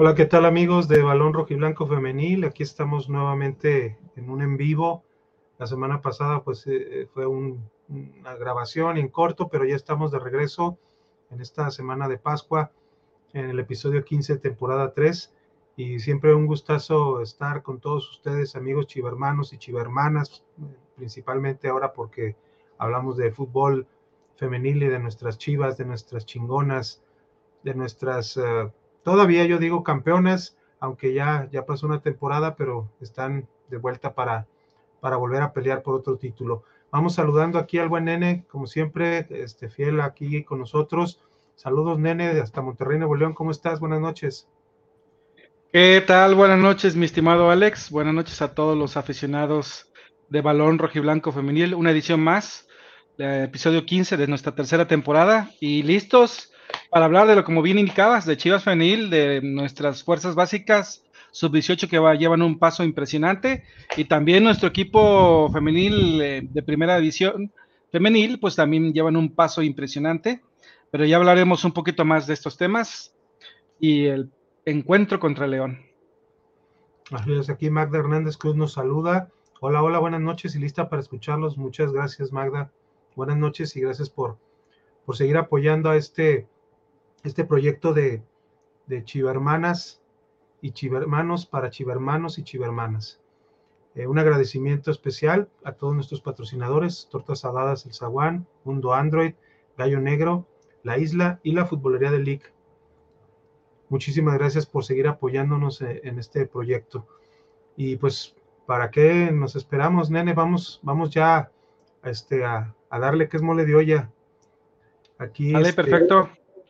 Hola, ¿qué tal amigos de Balón Rojiblanco Femenil? Aquí estamos nuevamente en un en vivo. La semana pasada pues fue una grabación en corto, pero ya estamos de regreso en esta semana de Pascua, en el episodio 15, temporada 3. Y siempre un gustazo estar con todos ustedes, amigos chivermanos y chivermanas, principalmente ahora porque hablamos de fútbol femenil y de nuestras chivas, de nuestras chingonas, de nuestras, todavía yo digo campeonas, aunque ya pasó una temporada, pero están de vuelta para volver a pelear por otro título. Vamos saludando aquí al buen Nene, como siempre, fiel aquí con nosotros. Saludos, Nene, hasta Monterrey, Nuevo León. ¿Cómo estás? Buenas noches. ¿Qué tal? Buenas noches, mi estimado Alex. Buenas noches a todos los aficionados de Balón Rojiblanco Femenil. Una edición más, episodio 15 de nuestra tercera temporada. Y listos para hablar de lo, como bien indicabas, de Chivas Femenil, de nuestras fuerzas básicas sub-18 que llevan un paso impresionante. Y también nuestro equipo femenil de primera división femenil, pues también llevan un paso impresionante. Pero ya hablaremos un poquito más de estos temas y el encuentro contra León. Así es, aquí Magda Hernández Cruz nos saluda. Hola, hola, buenas noches y lista para escucharlos. Muchas gracias, Magda. Buenas noches y gracias por seguir apoyando a este proyecto de chivermanas y chivermanos para chivermanos y chivermanas. Un agradecimiento especial a todos nuestros patrocinadores, Tortas Saladas El Zaguán, Mundo Android, Gallo Negro, La Isla y la Futbolería del LIC. Muchísimas gracias por seguir apoyándonos en este proyecto. Y pues, ¿para qué nos esperamos, nene? Vamos ya a darle que es mole de olla. Aquí, Vale, perfecto.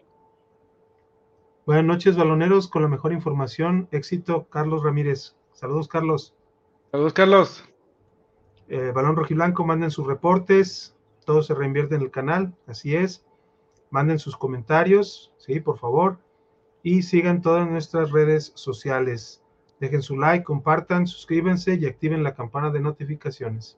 buenas noches, baloneros, con la mejor información. Éxito, Carlos Ramírez. Saludos, Carlos. Saludos, Carlos. Balón Rojiblanco, manden sus reportes, todo se reinvierte en el canal, así es. Manden sus comentarios, sí, por favor, y sigan todas nuestras redes sociales. Dejen su like, compartan, suscríbanse y activen la campana de notificaciones.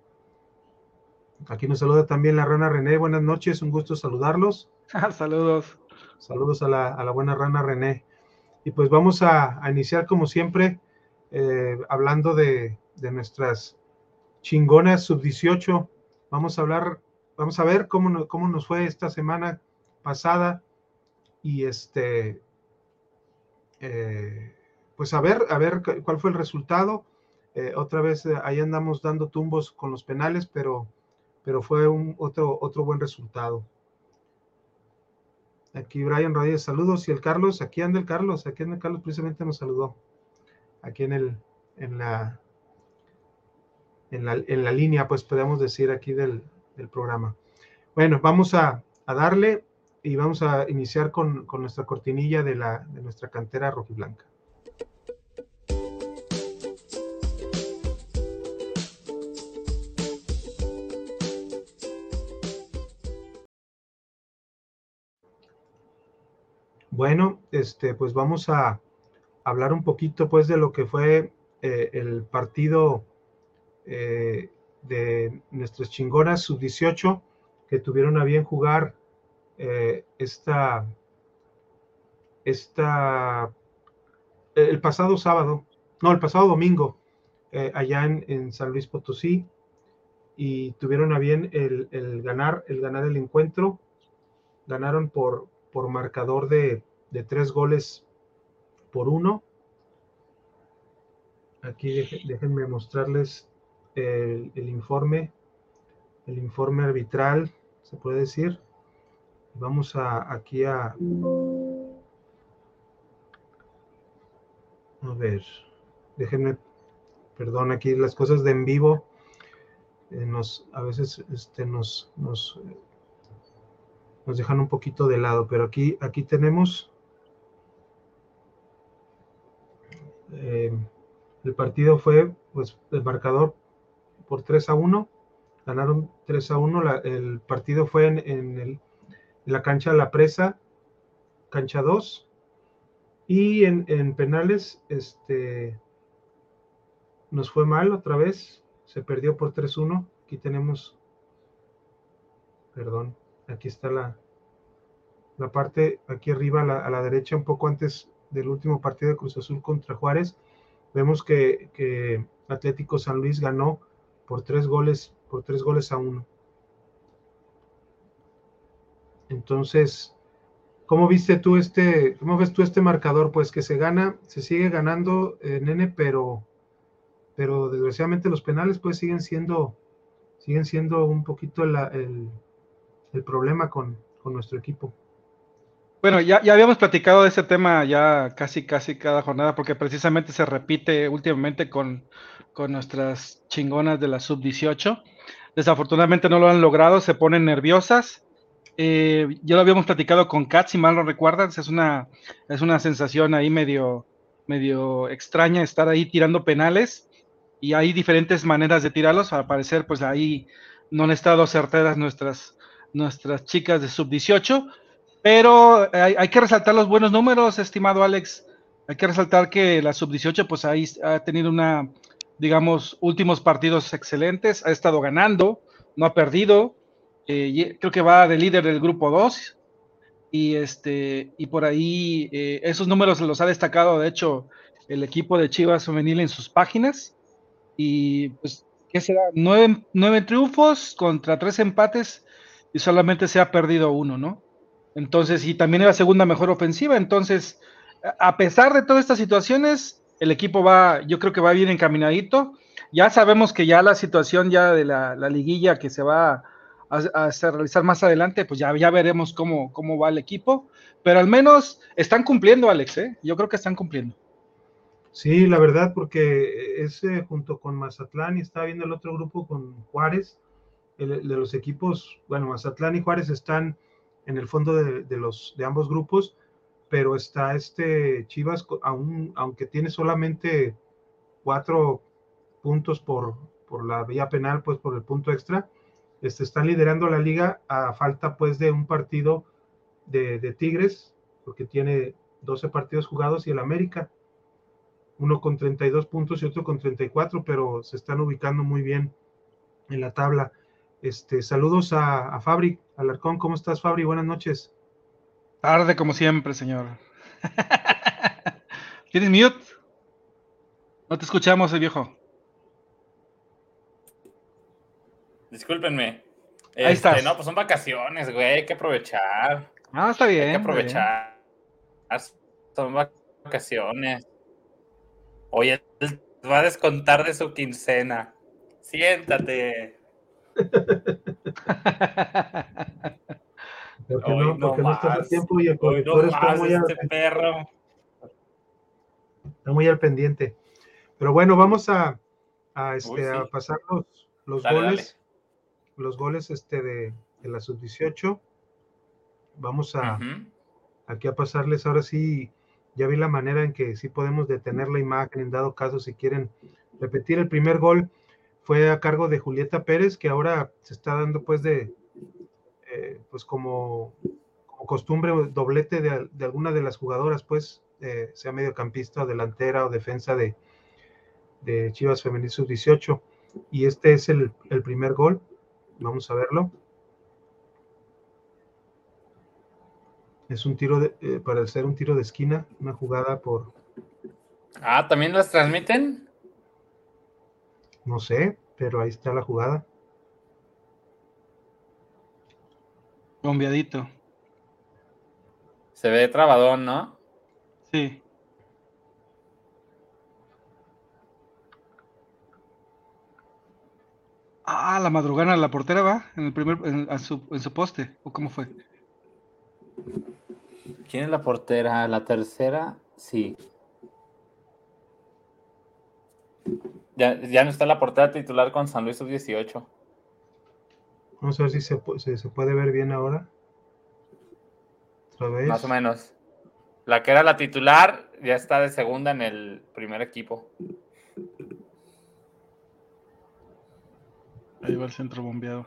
Aquí nos saluda también la rana René. Buenas noches, un gusto saludarlos. Saludos. Saludos a la buena rana René. Y pues vamos a iniciar como siempre, hablando de nuestras chingonas sub-18. Vamos a hablar, vamos a ver cómo nos fue esta semana pasada y pues a ver cuál fue el resultado. Otra vez ahí andamos dando tumbos con los penales, pero fue otro buen resultado. Aquí Brian Rodríguez, saludos. Y el Carlos, aquí anda el Carlos precisamente nos saludó. Aquí en la, en la línea, pues podemos decir aquí del programa. Bueno, vamos a darle y vamos a iniciar con nuestra cortinilla de nuestra cantera rojiblanca. Bueno, pues vamos a hablar un poquito pues de lo que fue el partido de nuestras chingonas sub-18 que tuvieron a bien jugar esta el pasado sábado, no, el pasado domingo, allá en San Luis Potosí, y tuvieron a bien el ganar el encuentro. Ganaron por marcador de 3 goles por 1. Aquí déjenme mostrarles el informe arbitral, se puede decir. Vamos aquí a ver, déjenme, perdón, aquí las cosas de en vivo a veces nos dejan un poquito de lado, pero aquí tenemos eh, el partido fue, pues, el marcador por 3-1, ganaron 3-1, el partido fue en la cancha La Presa, cancha 2, y en penales, nos fue mal otra vez, se perdió por 3-1, aquí tenemos, perdón, aquí está la parte, aquí arriba a la derecha, un poco antes del último partido de Cruz Azul contra Juárez, vemos que Atlético San Luis ganó por 3-1. Entonces, ¿cómo ves tú este marcador? Pues que se sigue ganando, nene, pero desgraciadamente los penales pues siguen siendo un poquito el problema con nuestro equipo. Bueno, ya habíamos platicado de ese tema ya casi cada jornada, porque precisamente se repite últimamente con nuestras chingonas de la sub-18. Desafortunadamente no lo han logrado, se ponen nerviosas. Ya lo habíamos platicado con Kat, si mal no recuerdas, es una sensación ahí medio extraña estar ahí tirando penales, y hay diferentes maneras de tirarlos. Al parecer, pues ahí no han estado certeras nuestras chicas de sub-18. Pero hay que resaltar los buenos números, estimado Alex. Hay que resaltar que la sub-18 pues ahí ha tenido digamos, últimos partidos excelentes, ha estado ganando, no ha perdido. Creo que va de líder del grupo 2, y por ahí esos números los ha destacado, de hecho, el equipo de Chivas Femenil en sus páginas. Y pues, ¿qué será? 9 triunfos contra 3 empates, y solamente se ha perdido uno, ¿no? Entonces, y también es la segunda mejor ofensiva. Entonces, a pesar de todas estas situaciones, el equipo yo creo que va bien encaminadito. Ya sabemos que ya la situación ya de la liguilla que se va a realizar más adelante, pues ya veremos cómo va el equipo. Pero al menos están cumpliendo, Alex, ¿eh? Yo creo que están cumpliendo. Sí, la verdad, porque ese junto con Mazatlán, y estaba viendo el otro grupo con Juárez, de los equipos, bueno, Mazatlán y Juárez están en el fondo de ambos grupos, pero está Chivas, aunque tiene solamente 4 puntos por la vía penal, pues por el punto extra, están liderando la liga a falta pues de un partido de Tigres, porque tiene 12 partidos jugados, y el América, uno con 32 puntos y otro con 34, pero se están ubicando muy bien en la tabla. Saludos a Fabri Alarcón. ¿Cómo estás, Fabri? Buenas noches. Tarde como siempre, señor. ¿Tienes mute? No te escuchamos, viejo. Discúlpenme. Ahí estás. No, pues son vacaciones, güey, hay que aprovechar. Ah, está bien. Hay que aprovechar. Son vacaciones. Oye, él va a descontar de su quincena. Siéntate. Porque Hoy porque no estás a tiempo, y el Hoy no productor está más este perro. Está muy al pendiente. Pero bueno, vamos a pasar los Dale, goles. dale. Los goles de la sub-18. Vamos aquí a pasarles. Ahora sí, ya vi la manera en que sí podemos detener la imagen en dado caso si quieren repetir. El primer gol fue a cargo de Julieta Pérez, que ahora se está dando pues pues como costumbre, doblete de alguna de las jugadoras, pues sea mediocampista, delantera o defensa de Chivas Femenil Sub-18. Y este es el primer gol. Vamos a verlo. Es un tiro para ser un tiro de esquina, una jugada por... ¿También las transmiten? No sé, pero ahí está la jugada. Bombeadito. Se ve trabadón, ¿no? Sí. La madrugana, la portera va en su poste, ¿o cómo fue? ¿Quién es la portera? La tercera, sí. Ya no está la portera titular con San Luis Sub-18. Vamos a ver si se puede ver bien ahora. Otra vez. Más o menos. La que era la titular ya está de segunda en el primer equipo. Ahí va el centro bombeado.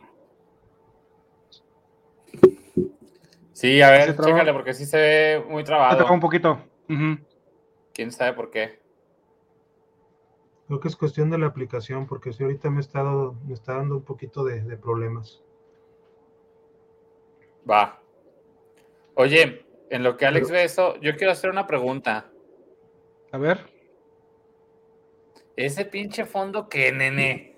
Sí, a ver, chécale, porque sí se ve muy trabado. Se traba un poquito. ¿Quién sabe por qué? Creo que es cuestión de la aplicación, porque si ahorita me está dando un poquito de problemas. Va. Oye, en lo que Alex ve eso, yo quiero hacer una pregunta. A ver. Ese pinche fondo que nene.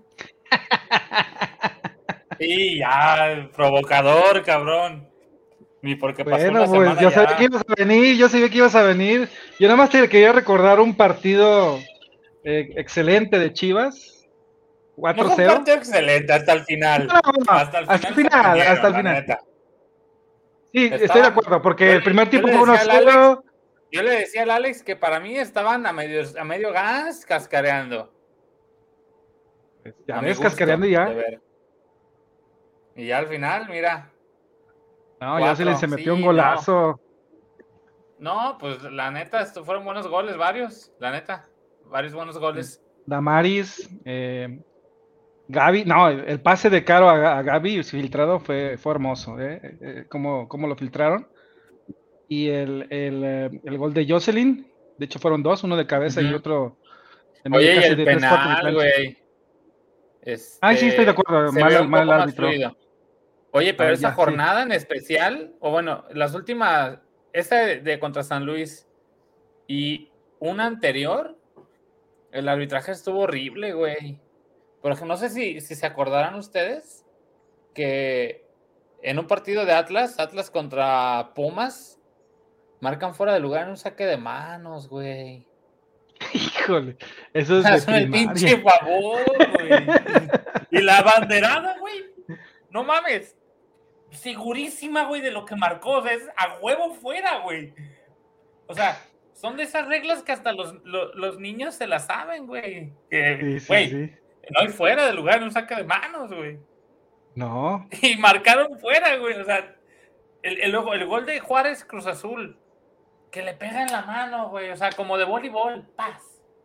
Y ya, provocador, cabrón. Ni porque pasó Bueno, una pues semana yo sabía que ya. ibas a venir, yo sabía que ibas a venir. Yo nada más te quería recordar un partido excelente de Chivas, No fue un 4-0. partido excelente hasta el final. No, no, Hasta el hasta el final se final, hasta rindieron, el la final. neta. Sí, estoy de Estaban. acuerdo, porque Yo el primer yo tiempo le fue decía al Alex, 1-0. yo le decía al Alex que para mí estaban a medio gas cascareando. Pues, A ya mi ves, cascareando gusto, de ya. ver. Y ya al final, mira, No, Jocelyn se 4. metió un Sí, no. golazo. No, pues la neta, fueron buenos goles, varios, la neta. Varios buenos goles. Damaris, Gaby, no, el pase de Caro a Gaby filtrado fue hermoso, cómo lo filtraron. Y el gol de Jocelyn, de hecho fueron dos, uno de cabeza y Ujú. otro de medio Oye, y casi el de 3 cuartos de penal, cancha. güey. Ay, sí, estoy de acuerdo, Se ve un mal poco el más árbitro. fluido. Oye, A pero ver, esa ya, sí. jornada en especial, o bueno, las últimas, esta de contra San Luis y una anterior, el arbitraje estuvo horrible, güey. Por ejemplo, no sé si se acordarán ustedes que en un partido de Atlas contra Pumas, marcan fuera de lugar en un saque de manos, güey. Híjole, eso es de Hazme el pinche primaria. favor, güey. Y la banderada, güey. No mames. Segurísima, güey, de lo que marcó. O sea, es a huevo fuera, güey. O sea, son de esas reglas que hasta los niños se las saben, güey. Que, Sí, sí, güey, sí. no hay fuera de lugar en un saque de manos, güey. No, Y marcaron fuera, güey. O sea, luego el gol de Juárez Cruz Azul, que le pega en la mano, güey. O sea, como de voleibol, paz.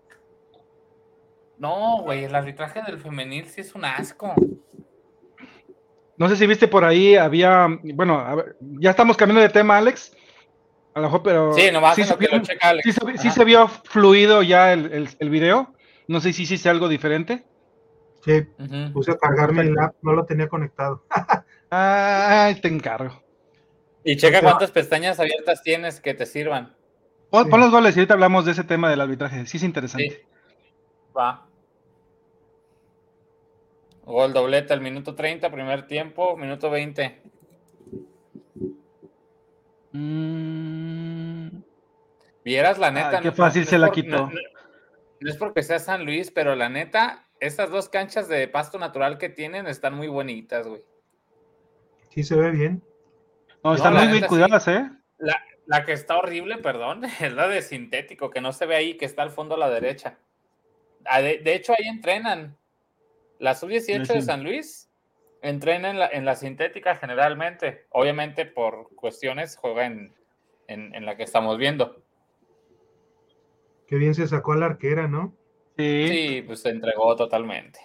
No, güey, el arbitraje del femenil sí es un asco. no sé si viste por ahí, bueno, a ver, ya estamos cambiando de tema, Alex, a lo mejor, Sí, pero nomás en lo que lo checa Alex. sí Ajá. se vio fluido ya el video. No sé si hiciste algo diferente. Sí, Ujú. puse a cargar mi Perfecto. lap, no lo tenía conectado. Ay, te encargo. Y Ahí checa te va. cuántas pestañas abiertas tienes que te sirvan. Pon Sí. los goles y ahorita hablamos de ese tema del arbitraje. Sí es interesante. Sí, va. Gol doblete al minuto 30, primer tiempo, minuto 20. Vieras la Ay, neta, qué no, no, fácil no es se la por, no, quitó. no- no es porque sea San Luis, pero la neta, estas dos canchas de pasto natural que tienen están muy bonitas, güey. Sí se ve bien. No, No, están la muy bien neta sí. cuidadas, ¿eh? La que está horrible, perdón, es la de sintético, que no se ve ahí, que está al fondo a la derecha. De hecho, ahí entrenan. La sub-18 de Sí. San Luis entrena en la sintética generalmente. Obviamente, por cuestiones, juega en la que estamos viendo. Qué bien se sacó a la arquera, ¿no? Sí. Sí, pues se entregó totalmente.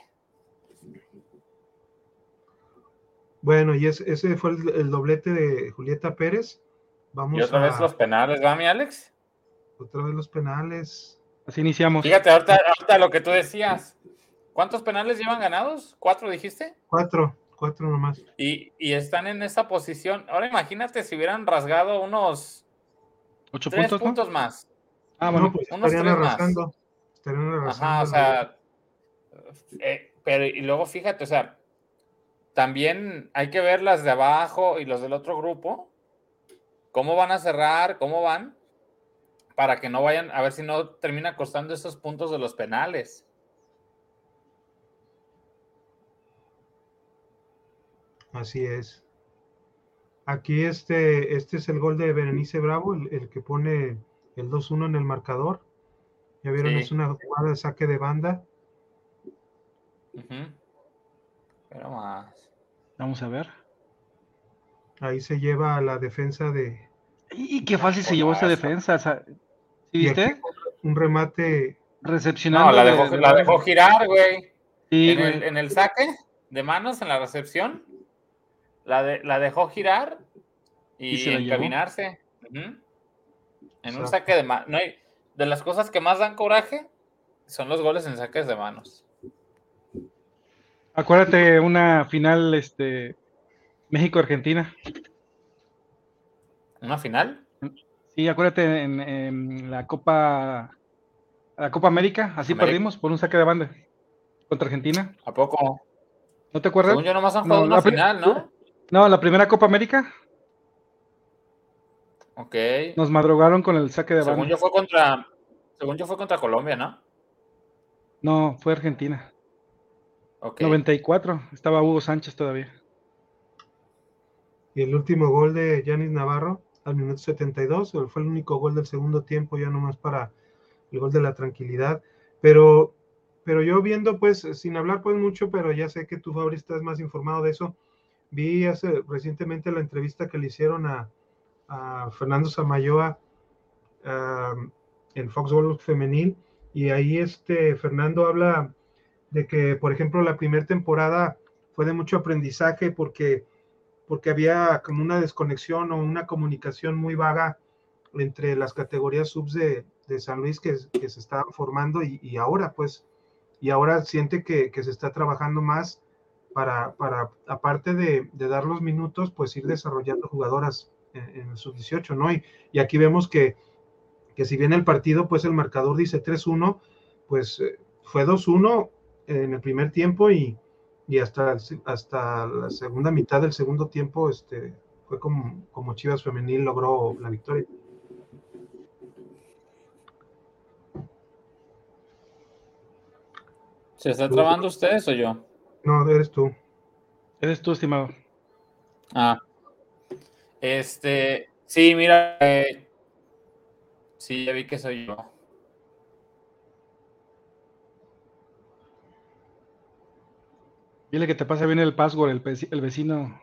Bueno, y ese fue el doblete de Julieta Pérez. Y Vamos otra vez los penales, ¿va, mi Alex? otra vez los penales. Así iniciamos. Fíjate, ahorita lo que tú decías. ¿Cuántos penales llevan ganados? ¿4 dijiste? Cuatro nomás. Y están en esa posición. Ahora imagínate si hubieran rasgado unos 8 3 puntos, ¿no? puntos más. Ah, No, bueno. pues Unos 3 más. Estarían Ajá, arrasando. o sea, pero y luego fíjate, o sea, también hay que ver las de abajo y los del otro grupo, cómo van a cerrar, cómo van, para que no vayan, a ver si no termina costando esos puntos de los penales. Así es. Aquí este es el gol de Berenice Bravo, el que pone el 2-1 en el marcador. Ya vieron, Sí. es una jugada de saque de banda. Pero más. Vamos a ver. Ahí se lleva a la defensa de... Y qué fácil se llevó esa Golazo. defensa. O sea, ¿sí Y aquí viste? un remate... No, Recepcionando la de dejó banda. girar, güey. Sí, En güey. el saque de manos, en la recepción, la dejó girar Y y se la llevó. encaminarse. En un Exacto. saque de manos. No hay, de las cosas que más dan coraje son los goles en saques de manos. Acuérdate una final, México-Argentina. ¿Una final? Y acuérdate en la Copa América, así América. perdimos por un saque de banda contra Argentina. ¿A poco? ¿No te acuerdas? Según yo nomás han jugado No, una final, ¿no? No, la primera Copa América Ok. nos madrugaron con el saque de Según banda. yo fue contra Colombia, ¿no? No, fue Argentina. Ok. 94, estaba Hugo Sánchez todavía. Y el último gol de Yanis Navarro al minuto 72, fue el único gol del segundo tiempo, ya nomás para el gol de la tranquilidad. Pero yo viendo, pues, sin hablar pues mucho, pero ya sé que tú, Fabri, estás más informado de eso. Vi recientemente la entrevista que le hicieron a Fernando Samayoa en Fox Golf Femenil, y ahí Fernando habla de que, por ejemplo, la primera temporada fue de mucho aprendizaje porque había como una desconexión o una comunicación muy vaga entre las categorías subs de San Luis que se estaban formando y ahora siente que se está trabajando más para aparte de dar los minutos, pues ir desarrollando jugadoras en el sub-18, ¿no? Y aquí vemos que si bien el partido, pues el marcador dice 3-1, pues fue 2-1 en el primer tiempo y hasta la segunda mitad del segundo tiempo fue como Chivas Femenil logró la victoria. ¿Se está trabando ustedes o yo? No, eres tú. Eres tú, estimado. Sí, mira, sí, ya vi que soy yo. Dile que te pasa bien el password, el vecino.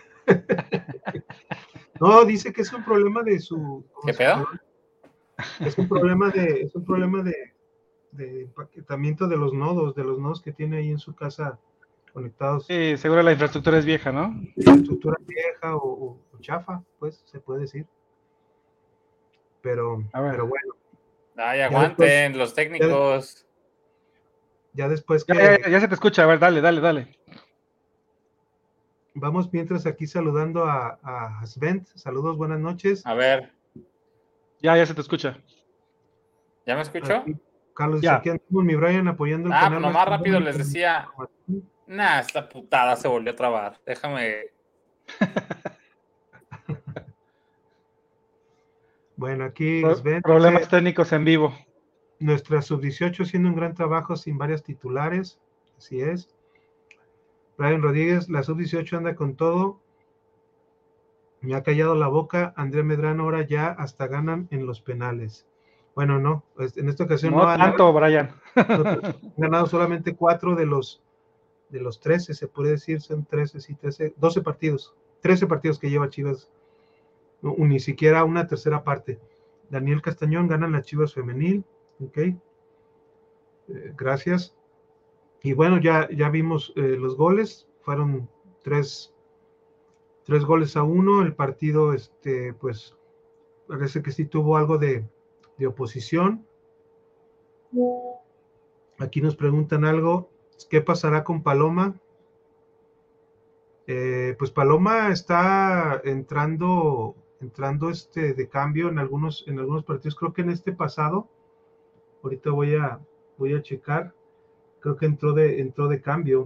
No, dice que es un problema de su... ¿Qué pedo? Es un problema de empaquetamiento de los nodos que tiene ahí en su casa conectados. Sí, seguro la infraestructura es vieja, ¿no? Infraestructura vieja o chafa, pues se puede decir. Pero bueno. Ay, aguanten, los técnicos. Ya después que... Ya se te escucha, a ver, dale. Vamos mientras aquí saludando a Sven. Saludos, buenas noches. A ver. Ya se te escucha. ¿Ya me escuchó? Aquí, Carlos dice, aquí andamos, mi Brian, apoyando el canal. Pues nomás rápido les decía, esta putada se volvió a trabar. Déjame. Bueno, aquí Sven, problemas técnicos en vivo. Nuestra sub-18 haciendo un gran trabajo sin varias titulares. Así es. Brian Rodríguez, la sub-18 anda con todo. Me ha callado la boca. André Medrano ahora ya hasta ganan en los penales. Bueno, no, en esta ocasión no tanto, Brian. Han ganado solamente 4 de los 13, se puede decir, son 13, sí, 13, 12 partidos, 13 partidos que lleva Chivas, no, ni siquiera una tercera parte. Daniel Castañón gana la Chivas femenil, ok, gracias. Y bueno, ya vimos los goles, fueron 3 goles a 1, el partido, pues, parece que sí tuvo algo de oposición. Aquí nos preguntan algo, ¿qué pasará con Paloma? Pues Paloma está entrando de cambio en algunos partidos, creo que en este pasado, ahorita voy a checar, creo que entró de cambio,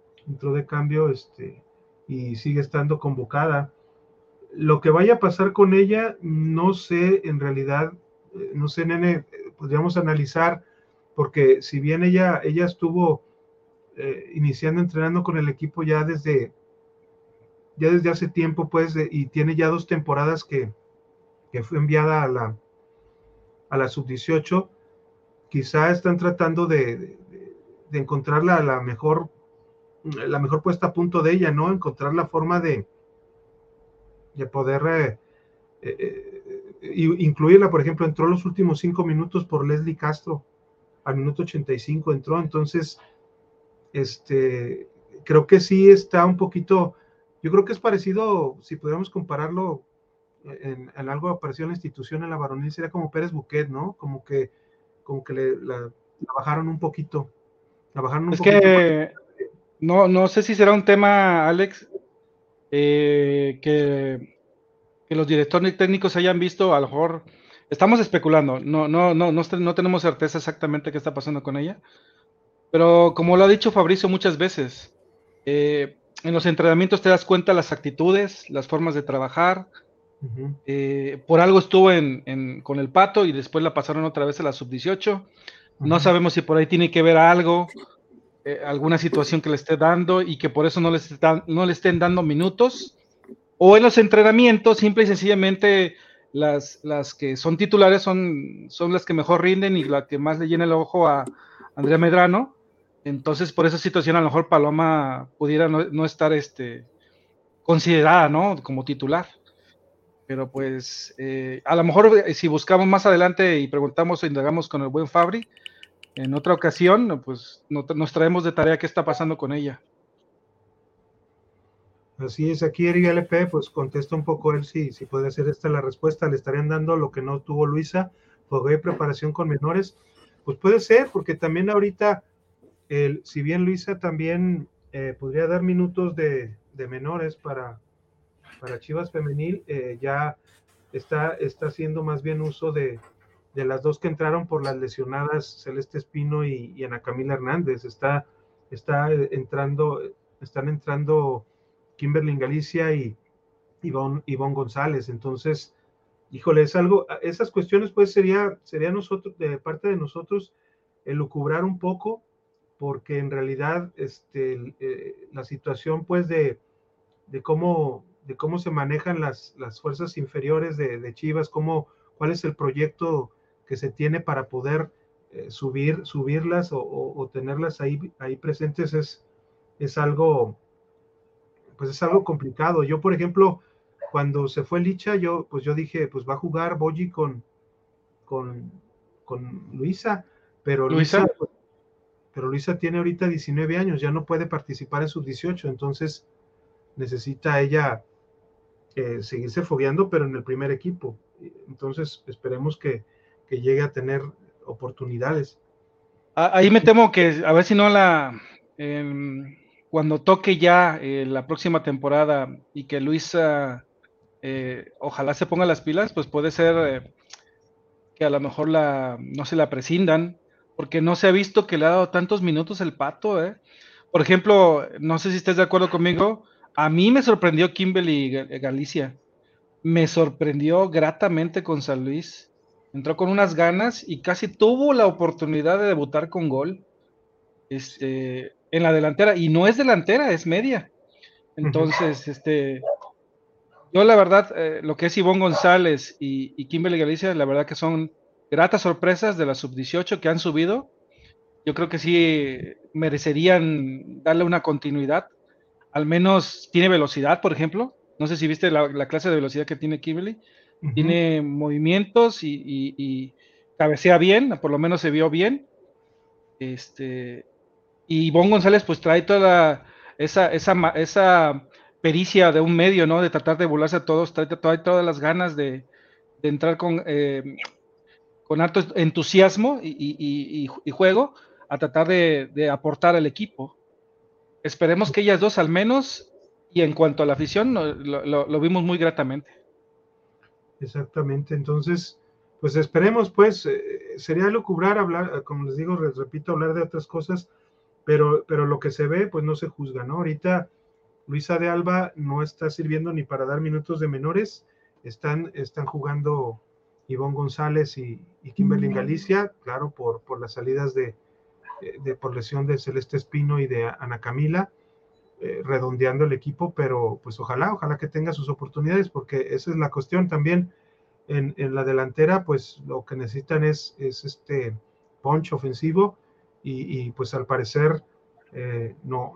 y sigue estando convocada. Lo que vaya a pasar con ella, no sé, en realidad, no sé, nene, podríamos analizar, porque si bien ella estuvo iniciando entrenando con el equipo ya desde hace tiempo, pues, y tiene ya 2 temporadas que fue enviada a la sub-18, quizá están tratando de encontrar la mejor puesta a punto de ella, ¿no? Encontrar la forma de poder incluirla. Por ejemplo, entró los últimos 5 minutos por Leslie Castro, al minuto 85 entró, entonces, creo que sí está un poquito, yo creo que es parecido, si pudiéramos compararlo en algo parecido a la institución en la varonil, sería como Pérez Buquet, ¿no? Como que la bajaron un poquito. Que no sé si será un tema, Alex, que que los directores técnicos hayan visto, a lo mejor, estamos especulando, no tenemos certeza exactamente qué está pasando con ella, pero como lo ha dicho Fabricio muchas veces, en los entrenamientos te das cuenta las actitudes, las formas de trabajar. Por algo estuvo con el Pato y después la pasaron otra vez a la sub-18. No sabemos si por ahí tiene que ver algo, alguna situación que le esté dando y que por eso no le estén dando minutos. O en los entrenamientos, simple y sencillamente, las que son titulares son las que mejor rinden y la que más le llena el ojo a Andrea Medrano. Entonces, por esa situación, a lo mejor Paloma pudiera no estar considerada, ¿no?, como titular. Pero pues, a lo mejor si buscamos más adelante y preguntamos o indagamos con el buen Fabri, en otra ocasión, pues nos traemos de tarea qué está pasando con ella. Así es, aquí Eric LP, pues contesta un poco él si puede ser esta la respuesta. Le estarían dando lo que no tuvo Luisa, fogueo y preparación con menores. Pues puede ser, porque también ahorita, si bien Luisa también podría dar minutos de menores para Chivas Femenil, ya está haciendo más bien uso de las dos que entraron por las lesionadas Celeste Espino y Ana Camila Hernández. Están entrando Kimberly Galicia y Ivonne González. Entonces, híjole, esas cuestiones pues sería nosotros, de parte de nosotros, elucubrar un poco, porque en realidad la situación pues de cómo se manejan las fuerzas inferiores de Chivas, cuál es el proyecto que se tiene para poder subirlas o tenerlas ahí presentes, es algo, pues es algo complicado. Yo, por ejemplo, cuando se fue Licha, yo dije, pues va a jugar Boyi con Luisa, pero Luisa tiene ahorita 19 años, ya no puede participar en sus 18, entonces necesita ella seguirse fogueando, pero en el primer equipo. Entonces esperemos que llegue a tener oportunidades. Ahí me temo que a ver si no cuando toque ya la próxima temporada y que Luisa ojalá se ponga las pilas, pues puede ser que a lo mejor no se la prescindan, porque no se ha visto que le ha dado tantos minutos el Pato. Por ejemplo, no sé si estés de acuerdo conmigo, a mí me sorprendió Kimberly Galicia, me sorprendió gratamente con San Luis, entró con unas ganas y casi tuvo la oportunidad de debutar con gol en la delantera, y no es delantera, es media. Entonces, yo la verdad, lo que es Ivonne González y Kimberly Galicia, la verdad que son gratas sorpresas de la sub-18 que han subido. Yo creo que sí merecerían darle una continuidad. Al menos tiene velocidad, por ejemplo. No sé si viste la clase de velocidad que tiene Kimberly. Tiene movimientos y cabecea bien, por lo menos se vio bien. Y Ivonne González pues trae toda esa pericia de un medio, ¿no? De tratar de burlarse a todos, trae todas las ganas de entrar con alto entusiasmo y juego a tratar de aportar al equipo. Esperemos que ellas dos al menos, y en cuanto a la afición, lo vimos muy gratamente. Exactamente, entonces, pues esperemos, pues, sería lucubrar hablar, como les digo, repito, hablar de otras cosas, pero lo que se ve, pues no se juzga, ¿no? Ahorita Luisa de Alba no está sirviendo ni para dar minutos de menores, están jugando Ivonne González y Kimberly Galicia, claro, por las salidas por lesión de Celeste Espino y de Ana Camila, redondeando el equipo, pero pues ojalá que tenga sus oportunidades, porque esa es la cuestión también. En la delantera, pues lo que necesitan es este punch ofensivo, y pues al parecer no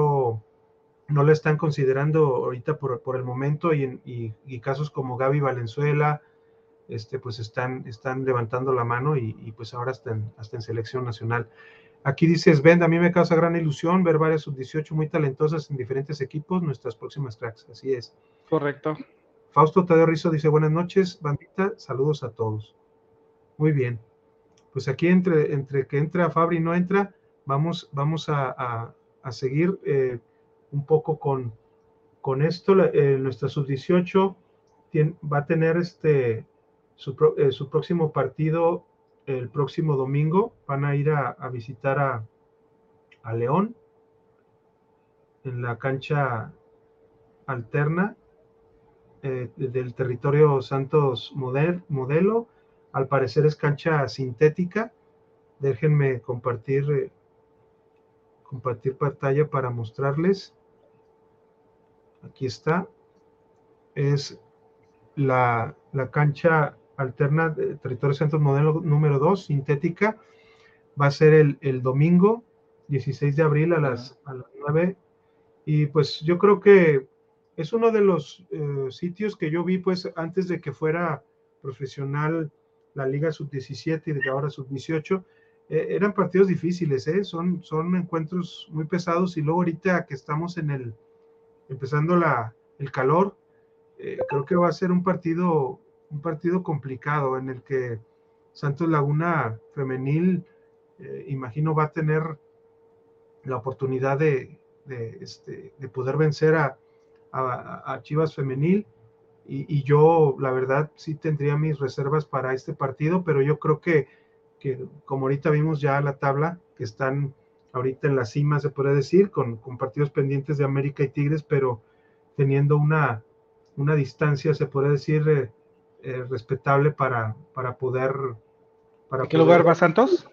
lo están considerando ahorita por el momento, y casos como Gaby Valenzuela pues están levantando la mano, y pues ahora hasta en selección nacional. Aquí dices, Ben, a mí me causa gran ilusión ver varias sub-18 muy talentosas en diferentes equipos, nuestras próximas cracks. Así es. Correcto. Fausto Tadeo Rizzo dice, buenas noches, bandita, saludos a todos. Muy bien. Pues aquí entre que entra Fabri y no entra, vamos a seguir un poco con esto. Nuestra sub-18 va a tener su próximo partido el próximo domingo. Van a ir a visitar a León en la cancha alterna del territorio Santos Modelo. Al parecer es cancha sintética. Déjenme compartir pantalla para mostrarles. Aquí está. Es la cancha alterna de territorio Santos Modelo número 2, sintética. Va a ser el domingo 16 de abril a las 9. Y pues yo creo que es uno de los sitios que yo vi pues antes de que fuera profesional la Liga Sub-17 y de ahora Sub-18. Eran partidos difíciles, son encuentros muy pesados, y luego ahorita que estamos empezando el calor, creo que va a ser un partido complicado en el que Santos Laguna Femenil, imagino, va a tener la oportunidad de poder vencer a Chivas Femenil, y yo la verdad sí tendría mis reservas para este partido, pero yo creo que como ahorita vimos ya la tabla, que están ahorita en la cima, se podría decir, con partidos pendientes de América y Tigres, pero teniendo una distancia, se podría decir, respetable para poder... ¿En qué lugar va Santos?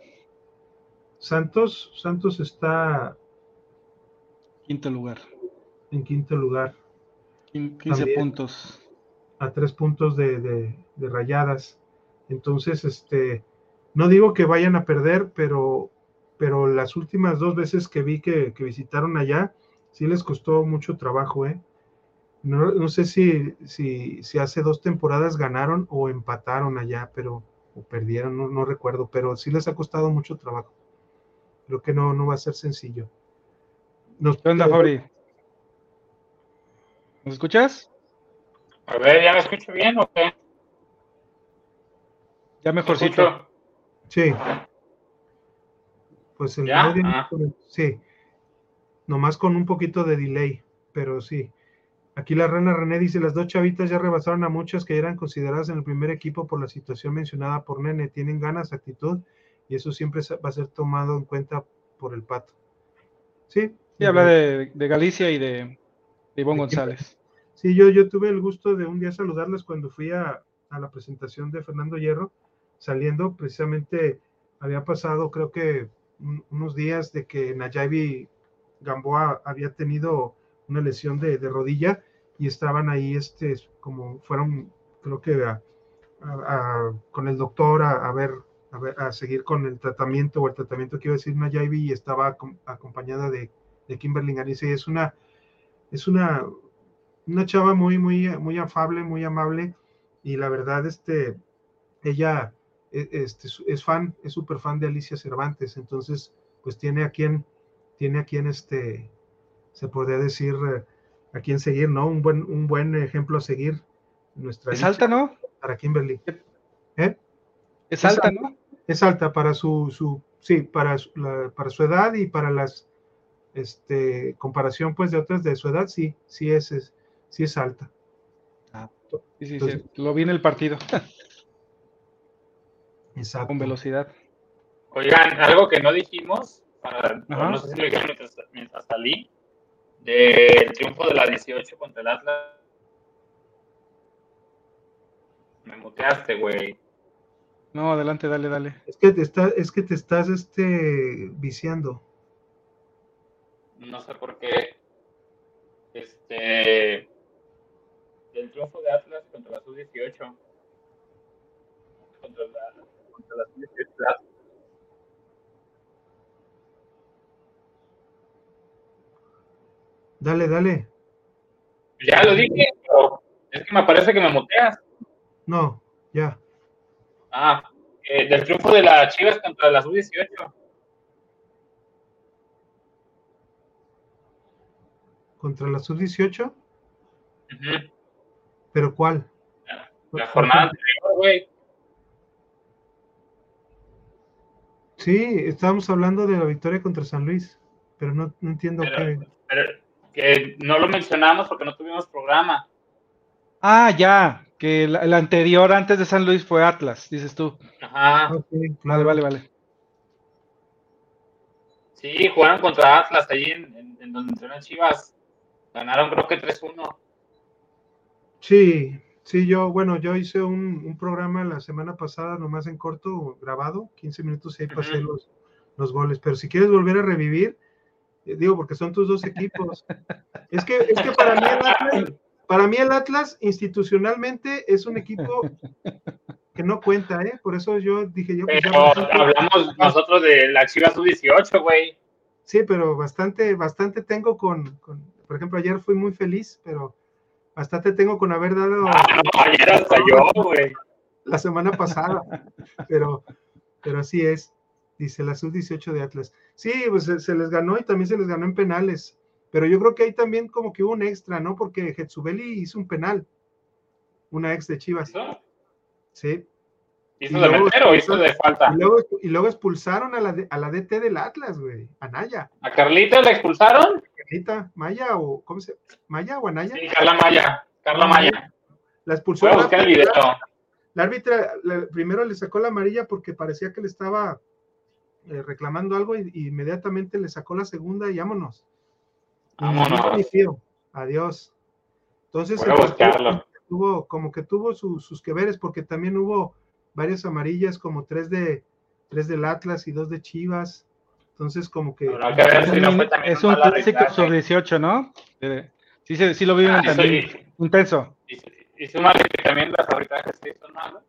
Santos está... Quinto lugar. En quinto lugar. 15 también, puntos. A 3 puntos de Rayadas. Entonces, no digo que vayan a perder, pero las últimas 2 veces que vi que visitaron allá, sí les costó mucho trabajo, No sé si hace 2 temporadas ganaron o empataron allá, o perdieron, no recuerdo, pero sí les ha costado mucho trabajo. Creo que no va a ser sencillo. ¿Qué onda, Fabri? ¿Nos escuchas? A ver, ¿ya me escucho bien o qué? Ya mejorcito. Sí. Pues el audio, sí. Nomás con un poquito de delay, pero sí. Aquí la Rana René dice: las 2 chavitas ya rebasaron a muchas que eran consideradas en el primer equipo por la situación mencionada por Nene. Tienen ganas, actitud, y eso siempre va a ser tomado en cuenta por el Pato. Sí. Sí, habla de Galicia y de Ivonne González. Sí, yo tuve el gusto de un día saludarles cuando fui a la presentación de Fernando Hierro. Saliendo, precisamente había pasado, creo que unos días de que Nayabi Gamboa había tenido una lesión de rodilla, y estaban ahí, como fueron, creo que con el doctor a seguir con el tratamiento, que iba a decir Nayabi, y estaba acompañada de Kimberly Ganiza, y es una chava muy afable, muy amable, y la verdad, ella es súper fan de Alicia Cervantes, entonces pues tiene a quien se podría decir, a quien seguir, ¿no? Un buen ejemplo a seguir. Es alta, ¿no? Para Kimberly. Es alta, ¿no? Es alta para para su edad, y para las comparación pues de otras de su edad, sí es alta. Sí, entonces, lo vi en el partido. Exacto. Con velocidad. Oigan, algo que no dijimos, no sé si lo dijeron mientras salí, del triunfo de la 18 contra el Atlas. Me muteaste, güey. No, adelante, dale. Es que te estás viciando. No sé por qué. El triunfo de Atlas contra la Sub-18. Contra la Sub-18. Dale. Ya lo dije, pero es que me parece que me muteas. No, ya. Del triunfo de las Chivas contra la Sub-18. ¿Contra la Sub-18? Uh-huh. ¿Pero cuál? La jornada anterior, güey. Sí, estábamos hablando de la victoria contra San Luis, pero no entiendo qué. Pero que no lo mencionamos porque no tuvimos programa. Ya, Que el anterior antes de San Luis fue Atlas, dices tú. Ajá. Sí, claro. Vale. Sí, jugaron contra Atlas allí en donde entrenó Chivas. Ganaron creo que 3-1. Sí, yo hice un programa la semana pasada, nomás en corto, grabado, 15 minutos y ahí pasé los goles. Pero si quieres volver a revivir, digo, porque son tus dos equipos. Es que para mí el Atlas institucionalmente es un equipo que no cuenta, ¿eh? Por eso yo dije yo. Pero hablamos nosotros de la Chivas U18, güey. Sí, pero bastante tengo con, por ejemplo, ayer fui muy feliz, pero bastante tengo con haber dado. No, ayer hasta yo, güey. La semana pasada, pero así es, dice la sub-18 de Atlas. Sí, pues se les ganó y también se les ganó en penales, pero yo creo que ahí también como que hubo un extra, ¿no? Porque Getsubeli hizo un penal, una ex de Chivas. ¿Hizo? Sí. ¿Hizo de meter o hizo de falta? Y luego expulsaron a la DT del Atlas, güey, a Naya. ¿A Carlita la expulsaron? Carlita, Maya o, ¿cómo se llama? ¿Maya o Anaya? Sí, Carla Maya. La expulsó. Voy a buscar el video. La árbitra primero le sacó la amarilla porque parecía que le estaba reclamando algo y inmediatamente le sacó la segunda y vámonos. Vámonos. Adiós. Entonces, voy a buscarlo. tuvo sus que veres porque también hubo varias amarillas, como 3 del Atlas y 2 de Chivas. Entonces, como que... Es un clásico sobre 18, ¿no? Sí lo viven también. Intenso. Hizo una que también las arbitrajes sí son malos.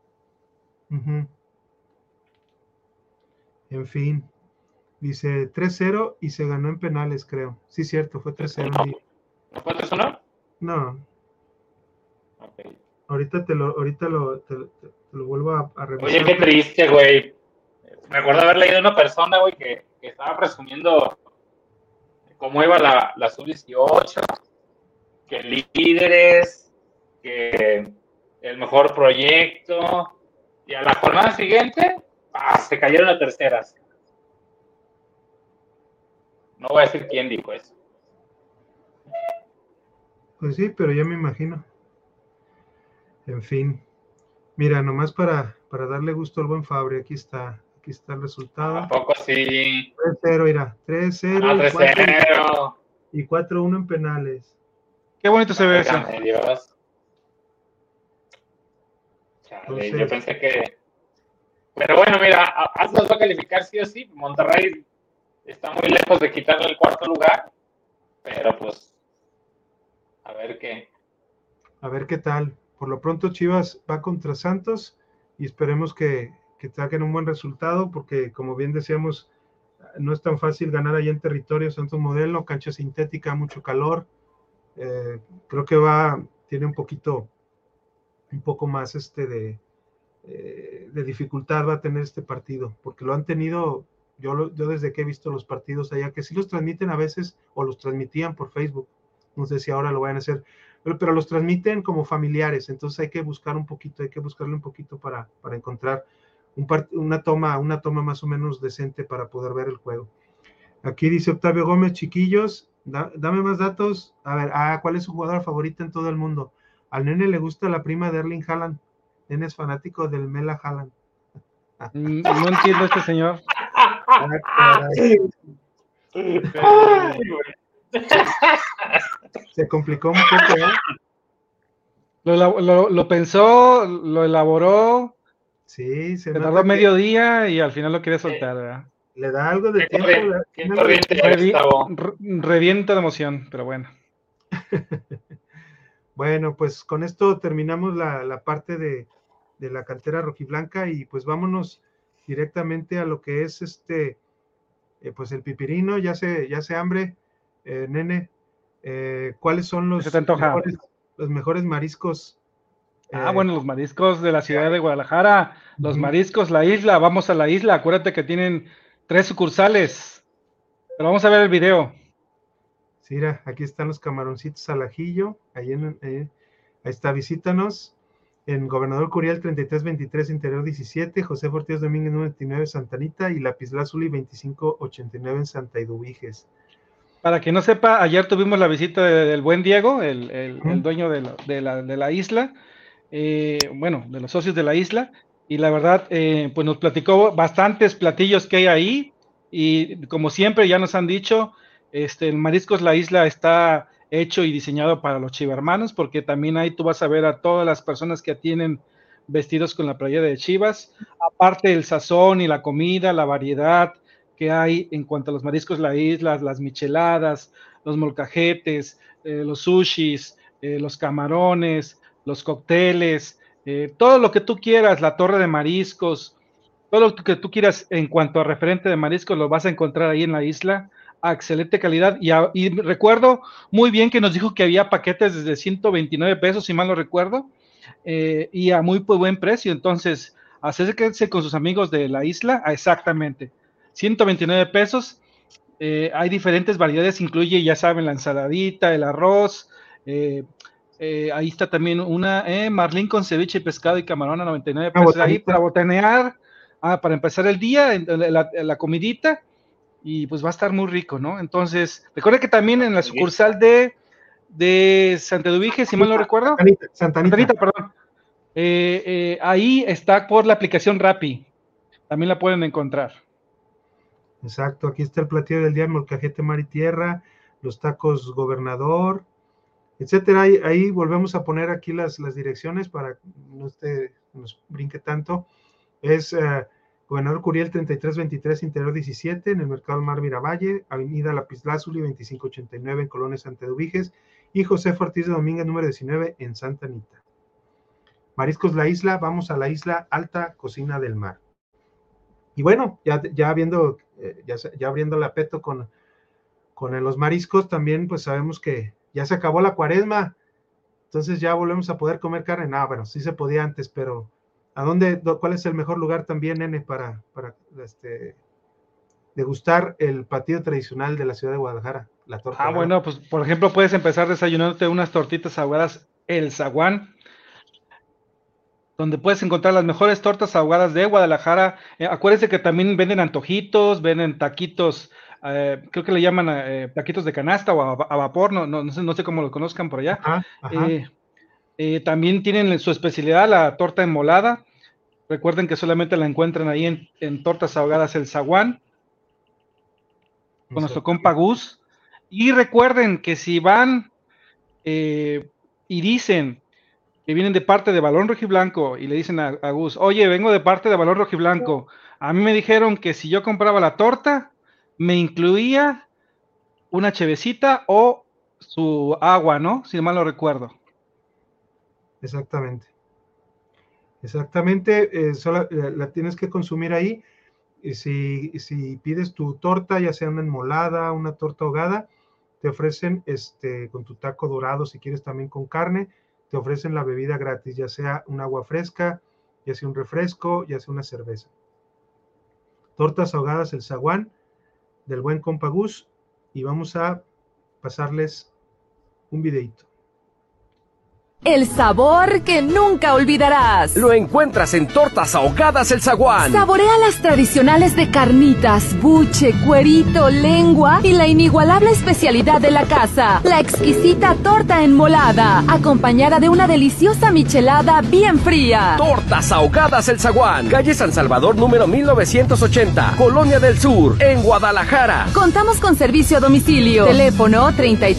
En fin, dice 3-0 y se ganó en penales, creo. Sí, cierto, fue 3-0. ¿No fue 3-1? No. Okay. Ahorita te lo vuelvo a revisar. Oye, qué triste, güey. Me acuerdo haber leído una persona, güey, que estaba presumiendo cómo iba la sub-18, que líderes, que el mejor proyecto, y a la jornada siguiente se cayeron a terceras. No voy a decir quién dijo eso. Pues sí, pero ya me imagino. En fin. Mira, nomás para darle gusto al buen Fabri, aquí está el resultado. ¿A poco sí? 3-0, mira, 3-0. 3-0. Y 4-1 en penales. Qué bonito se ve eso. Dios. Chale, yo pensé que... Pero bueno, mira, Atlas va a calificar sí o sí. Monterrey está muy lejos de quitarle el cuarto lugar. Pero pues, a ver qué tal. Por lo pronto Chivas va contra Santos y esperemos que saquen un buen resultado porque, como bien decíamos, no es tan fácil ganar allá en territorio Santos Modelo, cancha sintética, mucho calor. Creo que tiene un poco más de dificultad va a tener este partido, porque lo han tenido, yo desde que he visto los partidos allá, que sí los transmiten a veces, o los transmitían por Facebook, no sé si ahora lo vayan a hacer, pero los transmiten como familiares, entonces hay que buscarle un poquito para encontrar una toma más o menos decente para poder ver el juego. Aquí dice Octavio Gómez, chiquillos, dame más datos. A ver, ¿cuál es su jugador favorito en todo el mundo? Al nene le gusta la prima de Erling Haaland. Nene es fanático del Mela Haaland. No entiendo este señor. Se complicó un poco, ¿eh? Lo pensó, lo elaboró. Sí, se tardó medio día y al final lo quiere soltar, ¿verdad? Le da algo de tiempo. Revienta de emoción, pero bueno. Bueno, pues con esto terminamos la parte de la cantera rojiblanca y pues vámonos directamente a lo que es pues el pipirino. Ya se hambre, nene. ¿Cuáles son los mejores mariscos? Bueno, los mariscos de la ciudad de Guadalajara, los mariscos, la isla, vamos a la isla, acuérdate que tienen 3 sucursales, pero vamos a ver el video. Sí, mira, aquí están los camaroncitos al ajillo, ahí está, visítanos, en Gobernador Curiel 3323, Interior 17, José Ortiz Domínguez 99, Santa Anita, y Lapislázuli 2589 en Santa Eduviges. Para quien no sepa, ayer tuvimos la visita del buen Diego, el dueño de la isla. bueno, de los socios de la isla, y la verdad, pues nos platicó bastantes platillos que hay ahí, y como siempre ya nos han dicho, el Mariscos La Isla está hecho y diseñado para los chivermanos, porque también ahí tú vas a ver a todas las personas que tienen vestidos con la playera de Chivas, aparte el sazón y la comida, la variedad que hay en cuanto a los Mariscos La Isla, las micheladas, los molcajetes, los sushis, los camarones, los cócteles, todo lo que tú quieras, la torre de mariscos, todo lo que tú quieras en cuanto a referente de mariscos lo vas a encontrar ahí en la isla a excelente calidad. Y recuerdo muy bien que nos dijo que había paquetes desde 129 pesos, si mal no recuerdo, y a muy buen precio. Entonces, acérquense con sus amigos de la isla, exactamente, 129 pesos. Hay diferentes variedades, incluye, ya saben, la ensaladita, el arroz. Ahí está también una marlín con ceviche, pescado y camarón a 99 pesos ahí para botanear, para empezar el día, la comidita, y pues va a estar muy rico, ¿no? Entonces, recuerda que también en la sucursal de Santa Eduvige, si mal no recuerdo, Santanita, perdón, ahí está por la aplicación Rappi, también la pueden encontrar. Exacto, aquí está el platillo del día, molcajete mar y tierra, los tacos gobernador, etcétera. Ahí volvemos a poner aquí las direcciones para que no nos brinque tanto. Es Gobernador Curiel 3323, Interior 17, en el Mercado Mar Miravalle, Avenida Lapislázuli 2589 en Colonia Santa Eduviges, y José Ortiz de Domínguez número 19 en Santa Anita. Mariscos La Isla, vamos a la isla Alta Cocina del Mar. Y bueno, ya abriendo el apeto con los mariscos, también pues sabemos que ya se acabó la cuaresma, entonces ya volvemos a poder comer carne. No, bueno, sí se podía antes, pero ¿cuál es el mejor lugar también, nene, para degustar el platillo tradicional de la ciudad de Guadalajara? La torta ahogada. Bueno, pues por ejemplo puedes empezar desayunándote unas tortitas ahogadas El Zaguán, donde puedes encontrar las mejores tortas ahogadas de Guadalajara. Acuérdense que también venden antojitos, venden taquitos, creo que le llaman taquitos de canasta o a vapor, no sé cómo lo conozcan por allá. Ajá. También tienen su especialidad, la torta enmolada. Recuerden que solamente la encuentran ahí en Tortas Ahogadas El Zaguán, con nuestro compa Gus. Y recuerden que si van y dicen que vienen de parte de Balón Rojiblanco y le dicen a Gus, oye, vengo de parte de Balón Rojiblanco, a mí me dijeron que si yo compraba la torta, me incluía una chevecita o su agua, ¿no? Si mal no recuerdo. Exactamente. Solo la tienes que consumir ahí. Y si pides tu torta, ya sea una enmolada, una torta ahogada, te ofrecen con tu taco dorado, si quieres también con carne, te ofrecen la bebida gratis, ya sea un agua fresca, ya sea un refresco, ya sea una cerveza. Tortas ahogadas El Zaguán, del buen compa Gus, y vamos a pasarles un videito. El sabor que nunca olvidarás. Lo encuentras en Tortas Ahogadas El Zaguán. Saborea las tradicionales de carnitas, buche, cuerito, lengua y la inigualable especialidad de la casa, la exquisita torta enmolada, acompañada de una deliciosa michelada bien fría. Tortas Ahogadas El Zaguán, calle San Salvador número 1980, Colonia del Sur, en Guadalajara. Contamos con servicio a domicilio. Teléfono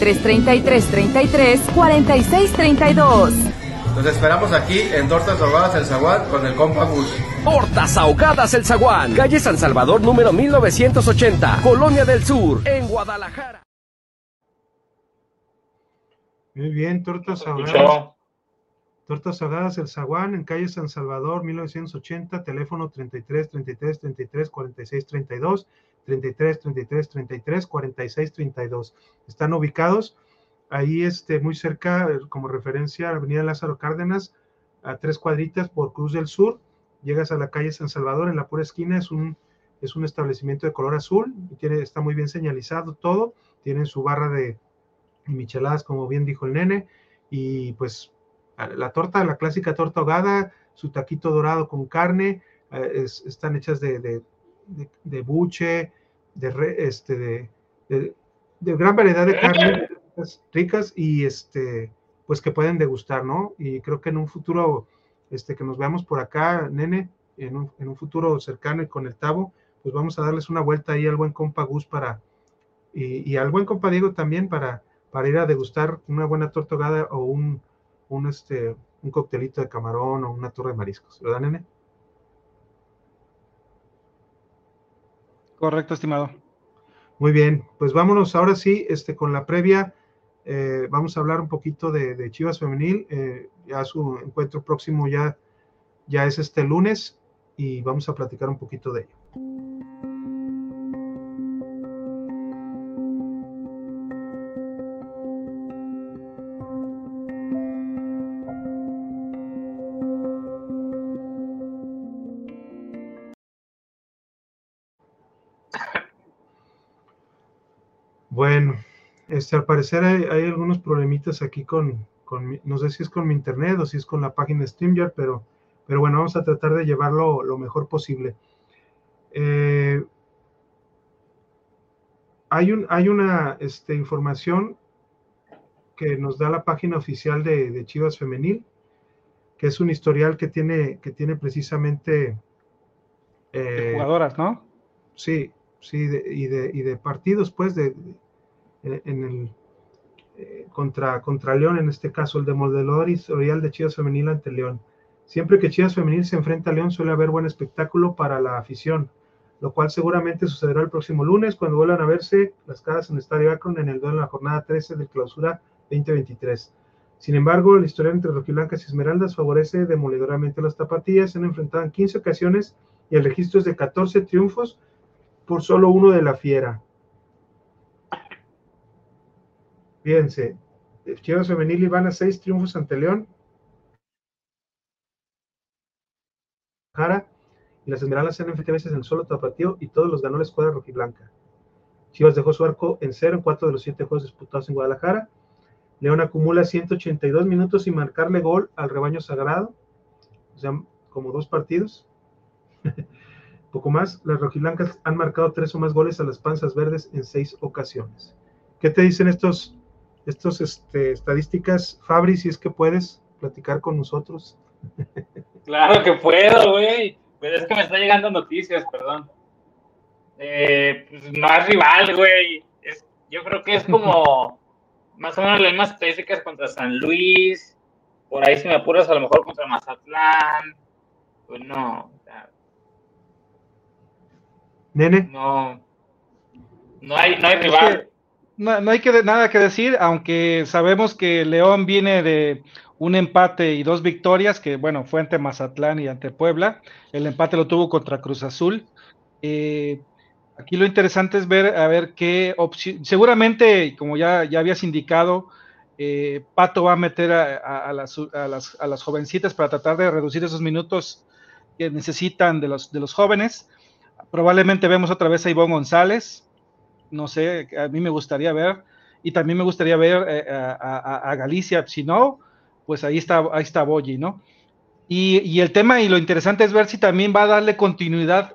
33-33-33-46-32. Nos esperamos aquí en Tortas Ahogadas El Zaguán con el compa Gus. Tortas Ahogadas El Zaguán, calle San Salvador número 1980, Colonia del Sur, en Guadalajara. Muy bien, Tortas Ahogadas. Tortas Ahogadas El Zaguán, en calle San Salvador 1980, teléfono 33-33-33-46-32, 33-33-33-46-32. Están ubicados ahí muy cerca, como referencia a la avenida Lázaro Cárdenas, a 3 cuadritas por Cruz del Sur. Llegas a la calle San Salvador, en la pura esquina es un establecimiento de color azul, y está muy bien señalizado todo, tienen su barra de micheladas, como bien dijo el nene, y pues la clásica torta ahogada, su taquito dorado con carne, están hechas de buche, de gran variedad de carne ricas, y pues que pueden degustar, ¿no? Y creo que en un futuro, que nos veamos por acá, Nene, en un futuro cercano y con el Tavo, pues vamos a darles una vuelta ahí al buen compa Gus y al buen compa Diego también para ir a degustar una buena torta ahogada o un coctelito de camarón o una torre de mariscos, ¿verdad, Nene? Correcto, estimado. Muy bien, pues vámonos ahora sí con la previa. Vamos a hablar un poquito de Chivas Femenil. Ya su encuentro próximo ya es este lunes y vamos a platicar un poquito de ello. Bueno, al parecer hay algunos problemitas aquí no sé si es con mi internet o si es con la página de StreamYard, pero bueno, vamos a tratar de llevarlo lo mejor posible. Hay una información que nos da la página oficial de Chivas Femenil, que es un historial que tiene precisamente... de jugadoras, ¿no? Sí, y de partidos, pues, contra León, en este caso el demoledor historial de Chivas Femenil ante León. Siempre que Chivas Femenil se enfrenta a León suele haber buen espectáculo para la afición, lo cual seguramente sucederá el próximo lunes cuando vuelvan a verse las caras en el Estadio Akron en el duelo en la jornada 13 de Clausura 2023. Sin embargo, el historial entre rojiblancas y esmeraldas favorece demoledoramente a las tapatías. Se han enfrentado en 15 ocasiones y el registro es de 14 triunfos por solo uno de la Fiera. Fíjense, Chivas Femenil van a 6 triunfos ante León, Jara, y las esmeraldas se han enfrentado veces en el solo tapatío y todos los ganó la escuadra rojiblanca. Chivas dejó su arco en 0 en 4 de los 7 juegos disputados en Guadalajara. León acumula 182 minutos sin marcarle gol al rebaño sagrado, o sea, como 2 partidos. Poco más, las rojiblancas han marcado 3 o más goles a las panzas verdes en 6 ocasiones. ¿Qué te dicen estos estadísticas, Fabri, si es que puedes platicar con nosotros? Claro que puedo, güey. Pero es que me están llegando noticias, perdón. Pues no es rival, güey. Yo creo que es como más o menos las mismas estadísticas contra San Luis. Por ahí, si me apuras, a lo mejor contra Mazatlán. Pues no. O sea, Nene. No hay rival. No hay nada que decir, aunque sabemos que León viene de un empate y 2 victorias, que bueno, fue ante Mazatlán y ante Puebla. El empate lo tuvo contra Cruz Azul. Aquí lo interesante es ver qué opción. Seguramente, como ya habías indicado, Pato va a meter a las jovencitas para tratar de reducir esos minutos que necesitan de los jóvenes. Probablemente vemos otra vez a Ivonne González. No sé, a mí me gustaría ver, y también me gustaría ver a Galicia. Si no, pues ahí está Boyi, ¿no? Y el tema y lo interesante es ver si también va a darle continuidad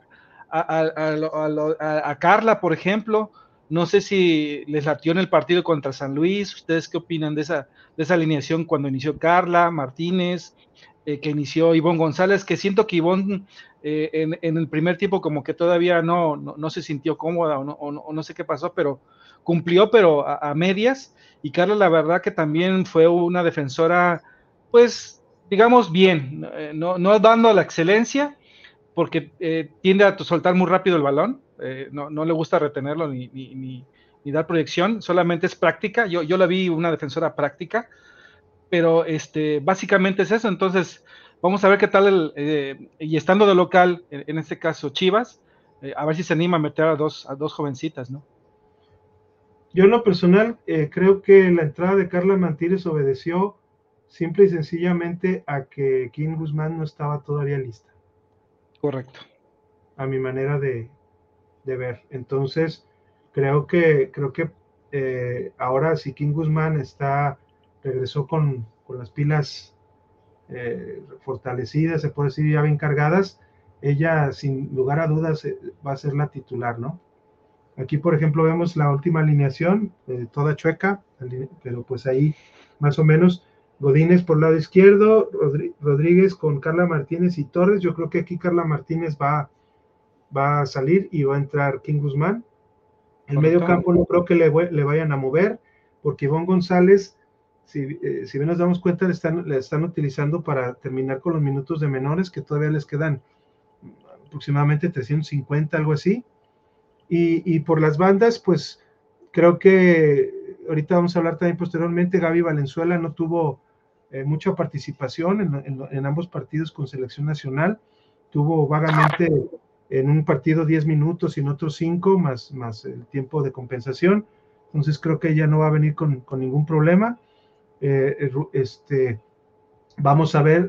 a Carla, por ejemplo. No sé si les latió en el partido contra San Luis. ¿Ustedes qué opinan de esa alineación cuando inició Carla Martínez, que inició Ivonne González? Que siento que Ivonne en el primer tiempo como que todavía no se sintió cómoda o no sé qué pasó, pero cumplió, pero a medias. Y Carla, la verdad que también fue una defensora, pues, digamos bien, no dando la excelencia, porque tiende a soltar muy rápido el balón, no le gusta retenerlo ni dar proyección, solamente es práctica. Yo la vi una defensora práctica, pero básicamente es eso. Entonces vamos a ver qué tal y estando de local, en este caso Chivas, a ver si se anima a meter a dos jovencitas, ¿no? Yo en lo personal creo que la entrada de Carla Martínez obedeció simple y sencillamente a que Kim Guzmán no estaba todavía lista. Correcto. A mi manera de ver. Entonces, creo que ahora si Kim Guzmán regresó con las pilas fortalecidas, se puede decir, ya bien cargadas, ella sin lugar a dudas va a ser la titular, ¿no? Aquí, por ejemplo, vemos la última alineación, toda chueca, pero pues ahí más o menos Godínez por lado izquierdo, Rodríguez con Carla Martínez y Torres. Yo creo que aquí Carla Martínez va a salir y va a entrar King Guzmán. El medio campo no creo que le vayan a mover, porque Ivonne González, si bien nos damos cuenta, le están utilizando para terminar con los minutos de menores, que todavía les quedan aproximadamente 350, algo así. Y por las bandas, pues creo que ahorita vamos a hablar también posteriormente. Gaby Valenzuela no tuvo mucha participación en ambos partidos con selección nacional. Tuvo vagamente en un partido 10 minutos y en otros 5, más el tiempo de compensación. Entonces creo que ella no va a venir con ningún problema. Vamos a ver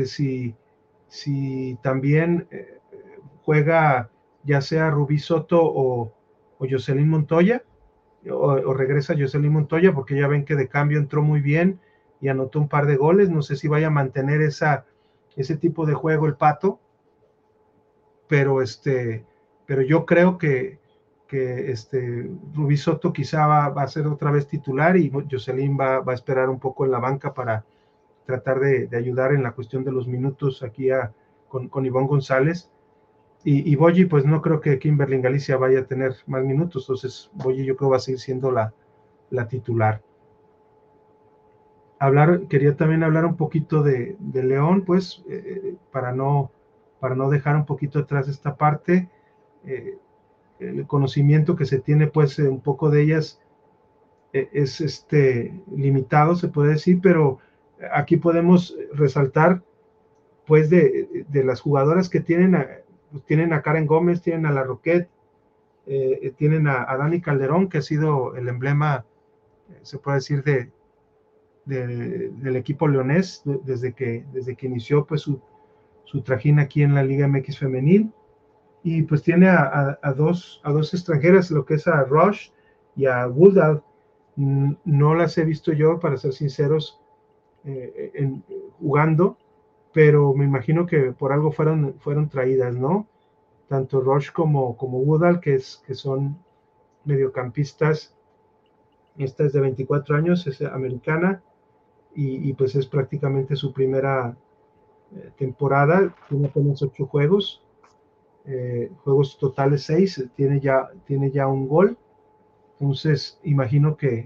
si también juega ya sea Rubí Soto o Jocelyn Montoya, o regresa Jocelyn Montoya, porque ya ven que de cambio entró muy bien y anotó un par de goles. No sé si vaya a mantener ese tipo de juego el Pato, pero yo creo que Rubí Soto quizá va a ser otra vez titular, y Jocelyn va a esperar un poco en la banca para tratar de ayudar en la cuestión de los minutos aquí con Ivonne González. Y Boyi, pues no creo que Kimberly Galicia vaya a tener más minutos, entonces Boyi yo creo va a seguir siendo la titular. Quería también hablar un poquito de León, pues, para no dejar un poquito atrás esta parte. El conocimiento que se tiene, pues, un poco de ellas es limitado, se puede decir, pero aquí podemos resaltar, pues, de las jugadoras que tienen a Karen Gómez, tienen a La Roquette, tienen a Dani Calderón, que ha sido el emblema, se puede decir, del equipo leonés desde que inició, pues, su trajín aquí en la Liga MX femenil. Y pues tiene a dos extranjeras, lo que es a Rush y a Woodall. No las he visto yo, para ser sinceros, jugando, pero me imagino que por algo fueron traídas, ¿no? Tanto Rush como Woodall, que son mediocampistas. Esta es de 24 años, es americana, y pues es prácticamente su primera temporada. Tiene apenas 8 juegos. Juegos totales 6, tiene ya un gol. Entonces imagino que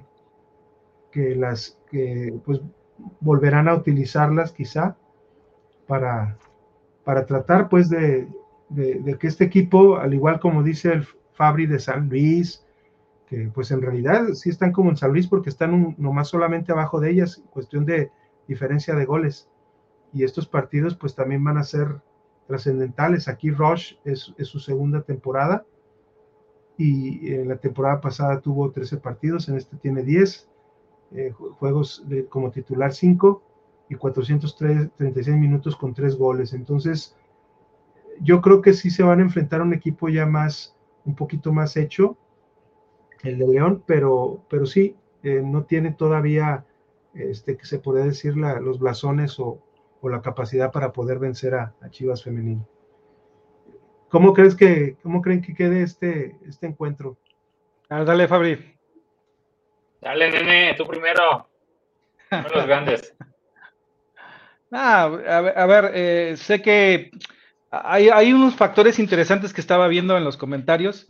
pues volverán a utilizarlas quizá para tratar, pues, de que este equipo, al igual como dice el Fabri de San Luis, que pues en realidad sí están como en San Luis, porque están nomás solamente abajo de ellas, cuestión de diferencia de goles, y estos partidos pues también van a ser trascendentales. Aquí Rush es su segunda temporada, y en la temporada pasada tuvo 13 partidos, en este tiene 10 juegos como titular, 5 y 436 minutos con 3 goles. Entonces yo creo que sí se van a enfrentar a un equipo ya un poquito más hecho, el de León, pero sí, no tiene todavía, que se podría decir, los blasones o la capacidad para poder vencer a Chivas femenil. ¿Cómo creen que quede este encuentro? Dale, Fabri. Dale, nene, tú primero. No los grandes. A ver, sé que hay unos factores interesantes que estaba viendo en los comentarios.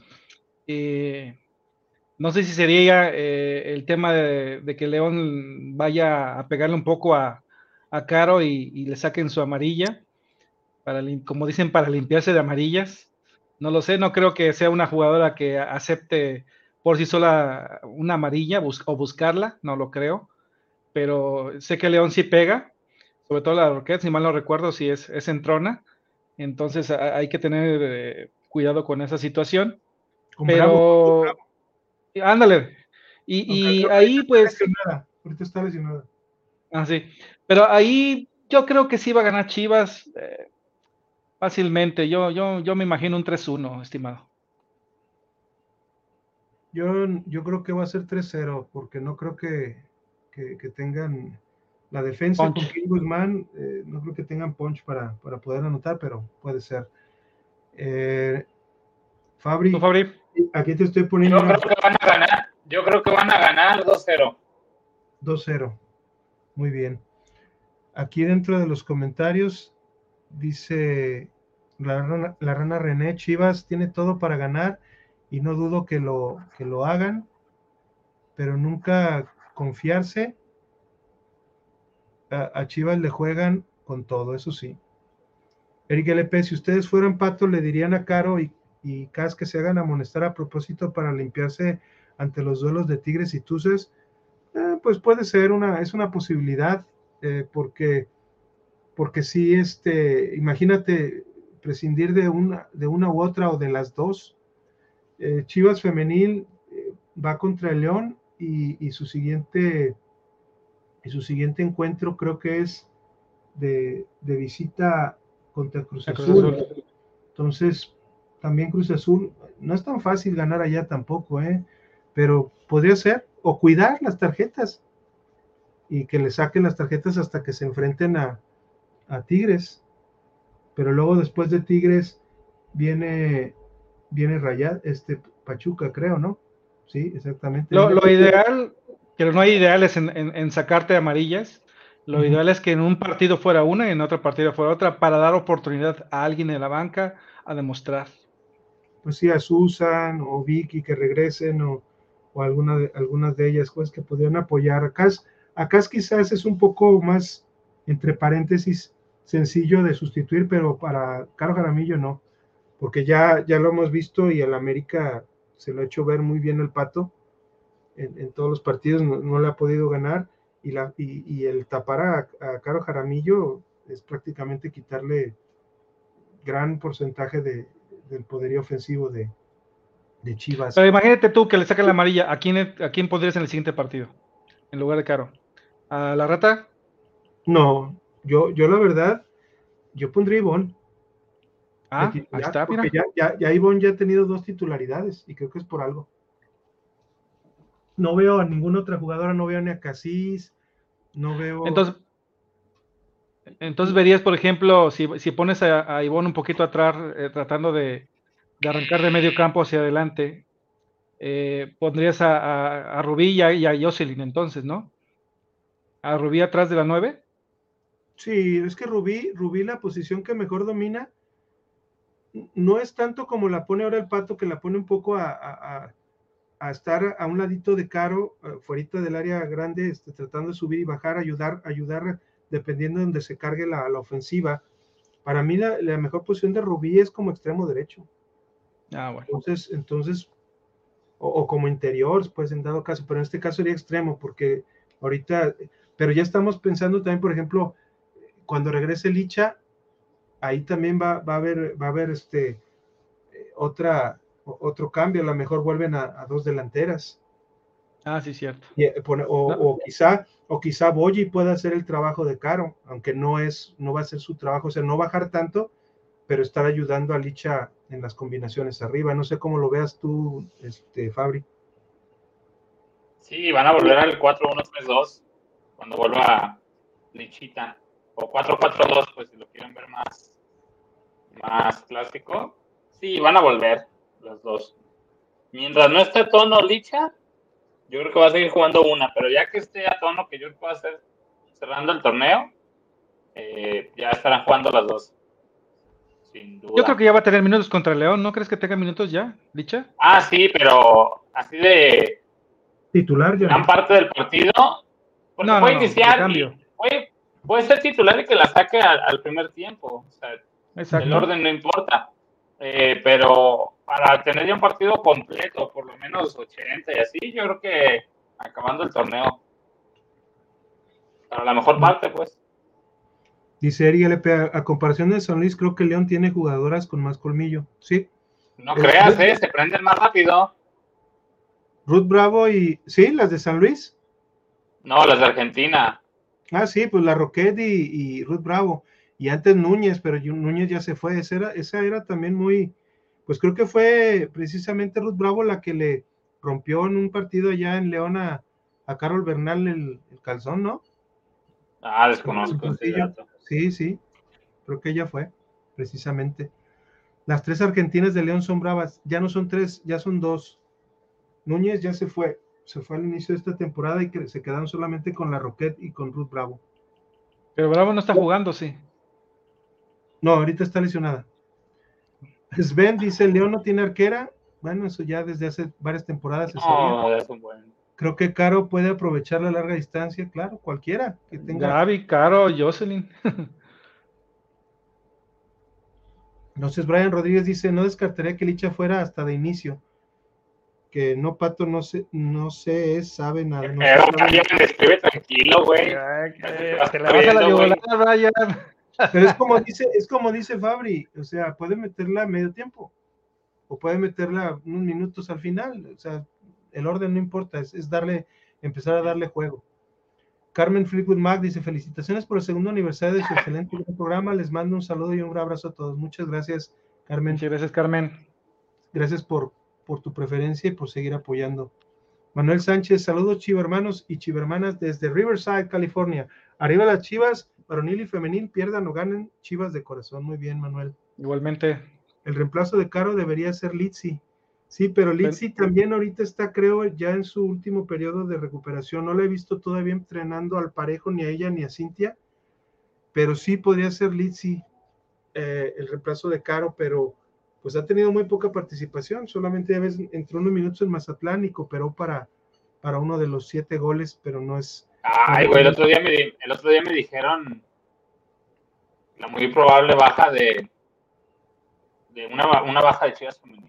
No sé si sería el tema de que León vaya a pegarle un poco a Caro y le saquen su amarilla, como dicen, para limpiarse de amarillas. No lo sé, no creo que sea una jugadora que acepte por sí sola una amarilla o buscarla, no lo creo, pero sé que León sí pega, sobre todo la Roquette, si mal no recuerdo, si es entrona, entonces hay que tener cuidado con esa situación. Pero Bravo. Ándale, y ahí pues ahorita está lesionada. Sí, pero ahí yo creo que sí va a ganar Chivas fácilmente. Yo me imagino un 3-1, estimado. Yo creo que va a ser 3-0, porque no creo que tengan la defensa punch con King Guzmán, no creo que tengan punch para poder anotar, pero puede ser. Fabri, aquí te estoy poniendo. Yo creo que van a ganar 2-0. 2-0, muy bien. Aquí dentro de los comentarios dice la rana René, Chivas tiene todo para ganar y no dudo que lo hagan, pero nunca confiarse. A Chivas le juegan con todo, eso sí. Eric LP, si ustedes fueran Pato, le dirían a Caro y Cas que se hagan amonestar a propósito para limpiarse ante los duelos de Tigres y Tuzos. Pues puede ser es una posibilidad, porque sí, imagínate prescindir de una u otra o de las dos. Chivas femenil va contra el León y su siguiente encuentro creo que es de visita contra Cruz Azul. Entonces, también Cruz Azul, no es tan fácil ganar allá tampoco, pero podría ser, o cuidar las tarjetas, y que le saquen las tarjetas hasta que se enfrenten a Tigres, pero luego después de Tigres viene Rayad, Pachuca, creo, ¿no? Sí, exactamente. Lo ideal, pero no hay ideales en sacarte amarillas. Lo ideal es que en un partido fuera una y en otro partido fuera otra, para dar oportunidad a alguien en la banca a demostrar. Pues sí, a Susan o Vicky que regresen, o algunas de ellas, pues, que podrían apoyar. Acá quizás es un poco más, entre paréntesis, sencillo de sustituir, pero para Caro Jaramillo no, porque ya lo hemos visto y el América se lo ha hecho ver muy bien el Pato en todos los partidos, no le ha podido ganar, y el tapar a Caro Jaramillo es prácticamente quitarle gran porcentaje del poderío ofensivo de Chivas. Pero imagínate tú que le saquen la amarilla, ¿a quién pondrías en el siguiente partido? En lugar de Caro. ¿A la Rata? No, yo la verdad, yo pondría a Ivonne. Ahí está, porque ya Ivonne ya ha tenido 2 titularidades y creo que es por algo. No veo a ninguna otra jugadora, no veo ni a Casís, no veo... Entonces verías, por ejemplo, si pones a Ivonne un poquito atrás, tratando de arrancar de medio campo hacia adelante, pondrías a Rubí y a Jocelyn entonces, ¿no? ¿A Rubí atrás de la 9? Sí, es que Rubí, la posición que mejor domina, no es tanto como la pone ahora el Pato, que la pone un poco a estar a un ladito de Caro, fuera del área grande, tratando de subir y bajar, ayudar dependiendo de donde se cargue la ofensiva. Para mí la mejor posición de Rubí es como extremo derecho. Bueno. Entonces o como interior, pues en dado caso, pero en este caso sería extremo, porque ahorita, pero ya estamos pensando también, por ejemplo, cuando regrese Licha, ahí también va a haber otro cambio, a lo mejor vuelven a 2 delanteras. Sí, cierto. O quizá Boyi pueda hacer el trabajo de Caro, aunque no va a ser su trabajo, o sea, no bajar tanto, pero estar ayudando a Licha en las combinaciones arriba. No sé cómo lo veas tú, Fabri. Sí, van a volver al 4-1-3-2 cuando vuelva Lichita, o 4-4-2, pues si lo quieren ver más clásico. Sí, van a volver los dos. Mientras no esté a tono Licha, yo creo que va a seguir jugando una, pero ya que esté a tono, que yo creo que va a ser cerrando el torneo, ya estarán jugando las dos. Sin duda. Yo creo que ya va a tener minutos contra el León, ¿no crees que tenga minutos ya, Licha? Sí, pero así de titular ya. Gran parte del partido, porque puede iniciar puede ser titular y que la saque al primer tiempo. O sea, el orden no importa. Pero para tener ya un partido completo, por lo menos 80 y así, yo creo que acabando el torneo. Para la mejor parte, pues. Dice Eri LP, a comparación de San Luis, creo que León tiene jugadoras con más colmillo. Sí. No creas, se prenden más rápido. Ruth Bravo ¿sí? ¿Las de San Luis? No, las de Argentina. Sí, pues la Roquette y Ruth Bravo. Y antes Núñez, pero Núñez ya se fue. Esa era también muy... Pues creo que fue precisamente Ruth Bravo la que le rompió en un partido allá en León a Carol Bernal el calzón, ¿no? Desconozco. Sí. Creo que ella fue, precisamente. Las 3 argentinas de León son bravas. Ya no son 3, ya son 2. Núñez ya se fue al inicio de esta temporada y se quedaron solamente con la Roquette y con Ruth Bravo. Pero Bravo no está jugando, sí. No, ahorita está lesionada. Sven dice, León no tiene arquera. Bueno, eso ya desde hace varias temporadas se sabía. No, es un buen. Creo que Caro puede aprovechar la larga distancia, claro, cualquiera que tenga. Gaby, Caro, Jocelyn. Entonces, Brian Rodríguez dice, no descartaría que Licha fuera hasta de inicio. Que no, Pato, no sé, sabe nada. No Pero sabe Brian, escribe tranquilo, güey. Te la vas a la yugular, Brian. Pero es como dice Fabri, o sea, puede meterla a medio tiempo o puede meterla unos minutos al final, o sea, el orden no importa, es empezar a darle juego. Carmen Fleetwood Mac dice, felicitaciones por el segundo aniversario de su excelente programa, les mando un saludo y un gran abrazo a todos. Muchas gracias, Carmen. Muchas gracias, Carmen. Gracias por tu preferencia y por seguir apoyando. Manuel Sánchez, saludos chivermanos y chivermanas desde Riverside, California. Arriba las Chivas, varonil y femenil, pierdan o ganen, Chivas de corazón. Muy bien, Manuel. Igualmente. El reemplazo de Caro debería ser Litsi. Sí, pero Litsi también ahorita está, creo, ya en su último periodo de recuperación. No la he visto todavía entrenando al parejo, ni a ella ni a Cintia, pero sí podría ser Litsi el reemplazo de Caro, pero pues ha tenido muy poca participación. Solamente ya ves, entró unos minutos en Mazatlán y cooperó para uno de los 7 goles, pero no es... Ay, güey, el otro día me dijeron la muy probable baja de una baja de Chivas femenil.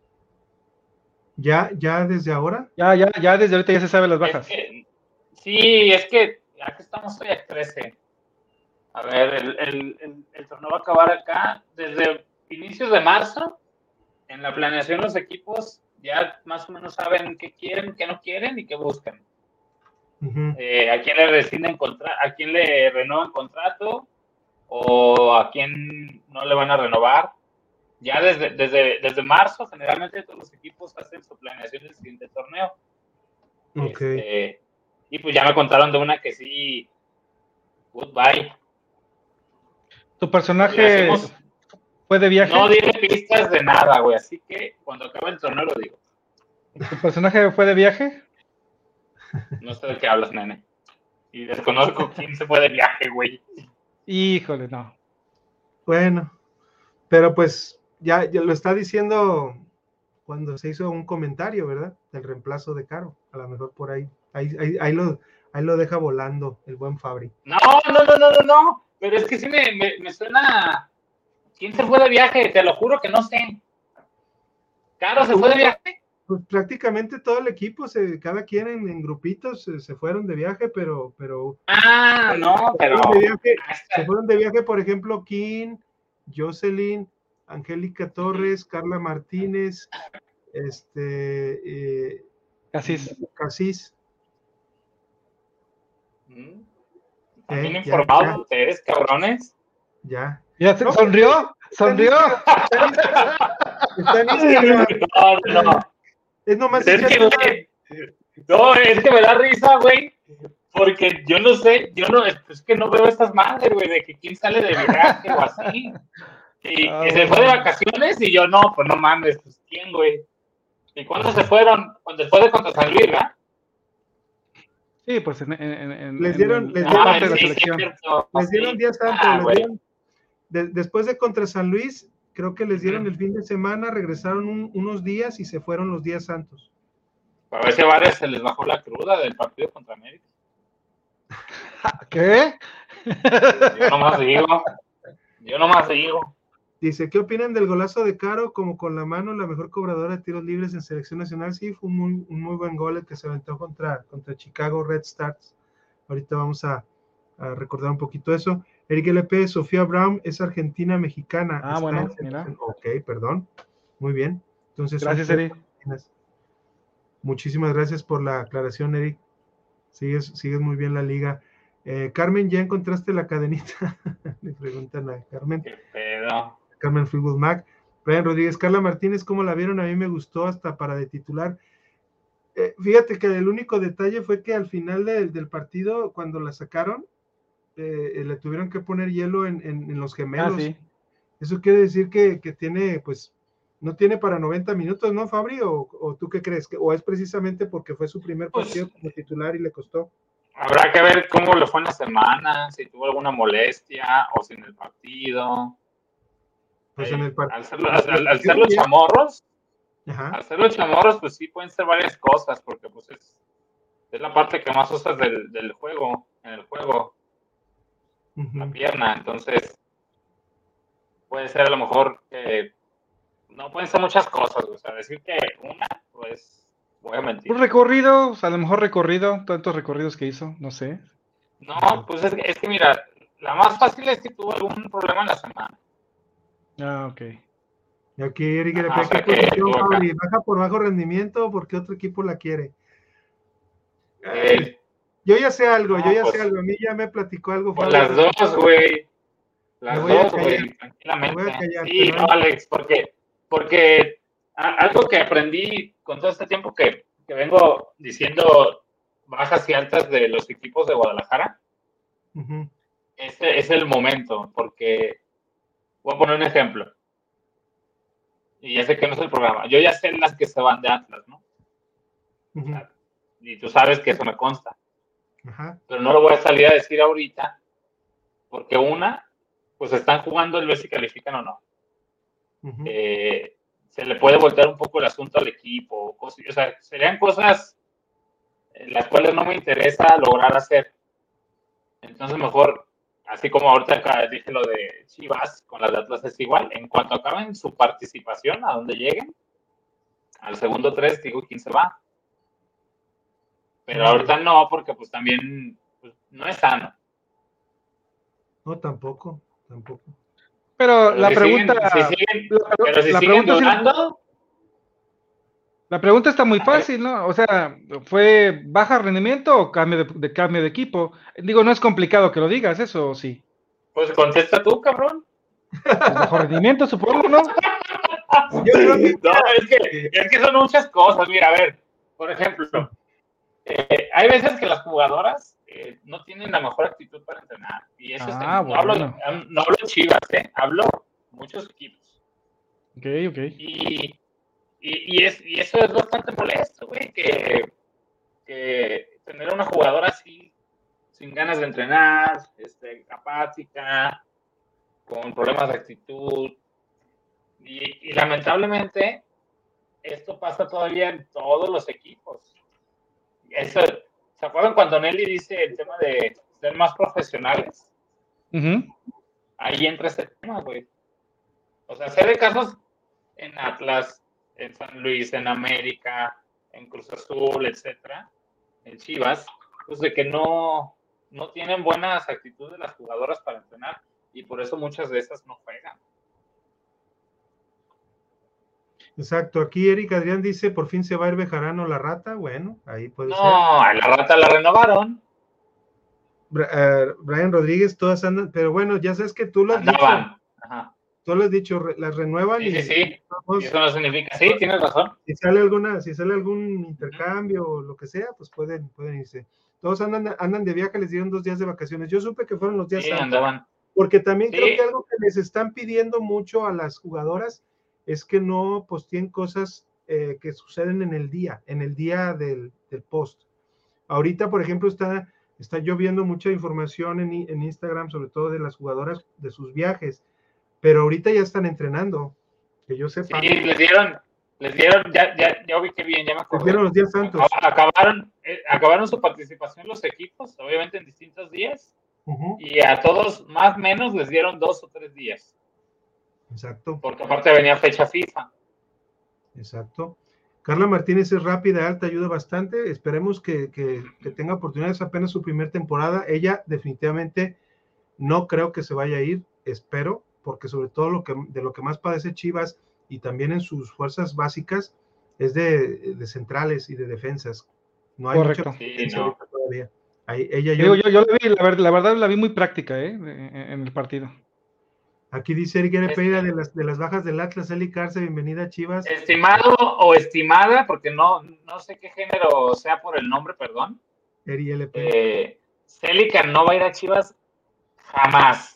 ¿Ya desde ahora? Ya desde ahorita ya se sabe las bajas. Es que aquí estamos hoy a 13. A ver, el torneo va a acabar acá desde inicios de marzo. En la planeación los equipos ya más o menos saben qué quieren, qué no quieren y qué buscan. Uh-huh. A quién le rescinden a quién le renuevan contrato o a quién no le van a renovar. Ya desde marzo, generalmente todos los equipos hacen su planeación del siguiente torneo. Okay. Y pues ya me contaron de una que sí, goodbye. ¿Tu personaje fue de viaje? No dije pistas de nada, güey, así que cuando acabe el torneo lo digo. ¿Tu personaje fue de viaje? No sé de qué hablas, nene. Y desconozco quién se fue de viaje, güey. Híjole, no. Bueno, pero pues ya lo está diciendo cuando se hizo un comentario, ¿verdad? Del reemplazo de Caro. A lo mejor por ahí lo deja volando el buen Fabri. No. Pero es que sí me suena. ¿Quién se fue de viaje? Te lo juro que no sé. ¿Caro se fue de viaje? Pues prácticamente todo el equipo, cada quien en grupitos se fueron de viaje, pero... no, pero... Se fueron de viaje, por ejemplo, Kim, Jocelyn, Angélica Torres, Carla Martínez, Casís. ¿Están informados ustedes, cabrones? Ya. ¿Ya se sonrió? ¿Sonrió? No. Es nomás... Es que me da risa, güey, porque yo no sé, es que no veo estas madres, güey, de que quién sale de viaje o así. Y se fue de vacaciones y yo no, pues no mames, pues quién, güey. ¿Y cuándo se fueron? Después de contra San Luis, ¿verdad? Sí, pues les dieron días antes. Después de contra San Luis, creo que les dieron el fin de semana, regresaron unos días y se fueron los días santos. A ver si a varios se les bajó la cruda del partido contra América. ¿Qué? Yo nomás digo. Dice, ¿qué opinan del golazo de Caro? Como con la mano, la mejor cobradora de tiros libres en selección nacional. Sí, fue un muy buen gol el que se aventó contra Chicago Red Stars. Ahorita vamos a recordar un poquito eso. Eric LP, Sofía Brown es argentina mexicana. Bueno, mira. Ok, perdón. Muy bien. Entonces, gracias, Eric. Muchísimas gracias por la aclaración, Eric. Sigues muy bien la liga. Carmen, ¿ya encontraste la cadenita? Le preguntan a Carmen. ¿Qué pedo? Carmen Fleetwood Mac. Brian Rodríguez, Carla Martínez, ¿cómo la vieron? A mí me gustó hasta para de titular. Fíjate que el único detalle fue que al final del partido, cuando la sacaron, le tuvieron que poner hielo en los gemelos. Sí. Eso quiere decir que tiene, pues, no tiene para 90 minutos, ¿no, Fabri? ¿O tú qué crees? ¿O es precisamente porque fue su primer partido como titular y le costó? Habrá que ver cómo le fue en la semana, si tuvo alguna molestia o si en el partido. Pues en el partido. Al ser los chamorros, Ajá. al ser los chamorros, pues sí pueden ser varias cosas, porque pues es la parte que más usas del juego, en el juego, la pierna. Entonces, puede ser a lo mejor que no pueden ser muchas cosas, o sea, decir que una, pues voy a mentir. Un recorrido, o sea, a lo mejor recorrido, tantos recorridos que hizo, no sé. No, pues es que mira, la más fácil es que tuvo algún problema en la semana. Ah, ok. Y aquí Eric le Ajá, o sea, ¿qué que posición, tuvo acá. Fabi? ¿Baja por bajo rendimiento o porque otro equipo la quiere? Yo ya sé algo, no, yo ya pues, sé algo. A mí ya me platicó algo. Pues Fabi. las dos, güey. Las Me voy a dos, callar. güey, Me tranquilamente. voy a callar, Sí, pero- no, Alex, porque algo que aprendí con todo este tiempo que vengo diciendo bajas y altas de los equipos de Guadalajara, Ujú, ese es el momento, porque voy a poner un ejemplo. Y ya sé que no es el programa. Yo ya sé las que se van de Atlas, ¿no? ujú. Y tú sabes que eso me consta. Ajá. Pero no lo voy a salir a decir ahorita, porque una, pues están jugando el ver si califican o no. Ujú. Se le puede voltear un poco el asunto al equipo, o sea, serían cosas las cuales no me interesa lograr hacer. Entonces mejor, así como ahorita acá dije lo de Chivas, con las de Atlas es igual, en cuanto acaben su participación, a donde lleguen, al segundo 3 digo quién se va. Pero ahorita no, porque pues también pues, no es sano. No, tampoco. Pero Pero la si pregunta, pero si la siguen pregunta sí- dudando, la pregunta está muy A ver. fácil, ¿no? O sea, ¿fue baja rendimiento o cambio de equipo? Digo, no es complicado que lo digas, eso sí. pues contesta tú, cabrón. Pues bajo rendimiento, supongo, ¿no? Yo creo que No, es que son muchas cosas. Mira, a ver, por ejemplo, hay veces que las jugadoras no tienen la mejor actitud para entrenar. Y eso Ah, no, hablo, bueno. no hablo Chivas, hablo muchos equipos. Ok, ok. Y eso es bastante molesto, güey, que tener una jugadora así, sin ganas de entrenar, apática, con problemas de actitud. Y lamentablemente, esto pasa todavía en todos los equipos. Eso, ¿se acuerdan cuando Nelly dice el tema de ser más profesionales? Ujú. Ahí entra ese tema, güey. O sea, sé de casos en Atlas, en San Luis, en América, en Cruz Azul, etcétera, en Chivas, pues de que no tienen buenas actitudes las jugadoras para entrenar y por eso muchas de esas no juegan. Exacto, aquí Eric Adrián dice, por fin se va a ir Bejarano la rata, bueno, ahí puede ser. No, a la rata la renovaron. Brian Rodríguez, todas andan, pero bueno, ya sabes que tú lo has dicho, Ajá. tú lo has dicho, las renuevan Sí. y vamos, Y eso no significa, sí, tienes razón. si sale algún intercambio o lo que sea, pues pueden irse. Todos andan de viaje, les dieron 2 días de vacaciones. Yo supe que fueron los días Sí, santos, andaban. porque también Sí. creo que algo que les están pidiendo mucho a las jugadoras es que no posteen cosas que suceden en el día del post. Ahorita, por ejemplo, está yo viendo mucha información en Instagram, sobre todo de las jugadoras, de sus viajes, pero ahorita ya están entrenando, que yo sepa. Sí, les dieron, ya ubiqué bien, ya me acordé. Les dieron los días santos. Acabaron su participación los equipos, obviamente en distintos días, Uh-huh. y a todos más o menos les dieron 2 o 3 días. Exacto. Porque aparte venía fecha FIFA. Exacto. Carla Martínez es rápida, alta, ayuda bastante. Esperemos que tenga oportunidades, apenas su primer temporada. Ella definitivamente no creo que se vaya a ir, espero, porque sobre todo de lo que más padece Chivas y también en sus fuerzas básicas es de centrales y de defensas. No hay Correcto. mucha defensa todavía. Ella, yo la vi, la verdad la vi muy práctica en el partido. Aquí dice Eric Pereira de las bajas del Atlas, Eli Carce, bienvenida a Chivas. Estimado o estimada, porque no sé qué género sea por el nombre, perdón. Eri LP. Celica no va a ir a Chivas jamás.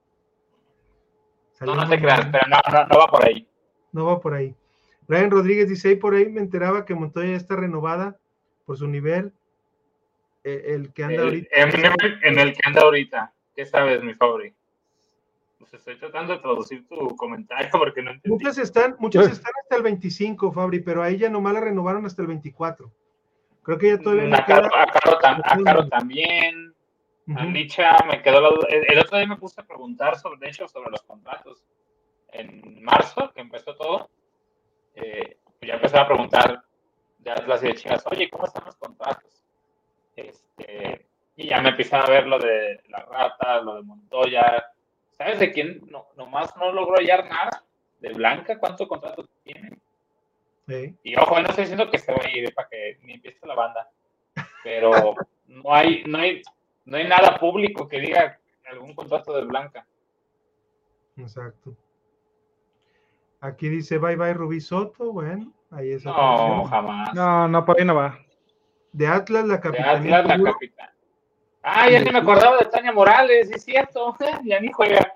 No te creas, pero no va por ahí. No va por ahí. Brian Rodríguez dice, ahí por ahí me enteraba que Montoya está renovada por su nivel. el que anda ahorita. En el que anda ahorita. ¿Qué sabes, mi Fabri? Pues estoy tratando de traducir tu comentario porque no entendí. Muchas están hasta el 25, Fabri, pero a ella nomás la renovaron hasta el 24. Creo que ella todavía no queda. A Caro también. A Licha me quedó la duda. El otro día me puse a preguntar sobre los contratos. En marzo, que empezó todo, ya empecé a preguntar de Atlas y de Chivas, oye, ¿cómo están los contratos? Y ya me empezaba a ver lo de la Rata, lo de Montoya. ¿Sabes de quién? Nomás no logró hallar nada. De Blanca, ¿cuánto contrato tiene? Sí. Y ojo, no estoy diciendo que se va a ir para que ni empiece la banda, pero no hay nada público que diga algún contrato de Blanca. Exacto. Aquí dice bye bye Rubí Soto, bueno, ahí es otra No, opción. jamás. No, por ahí no va. De Atlas, la De capitanía. Atlas, la capitán. Ah, ya ni me acordaba de Tania Morales, es cierto, ya ni juega.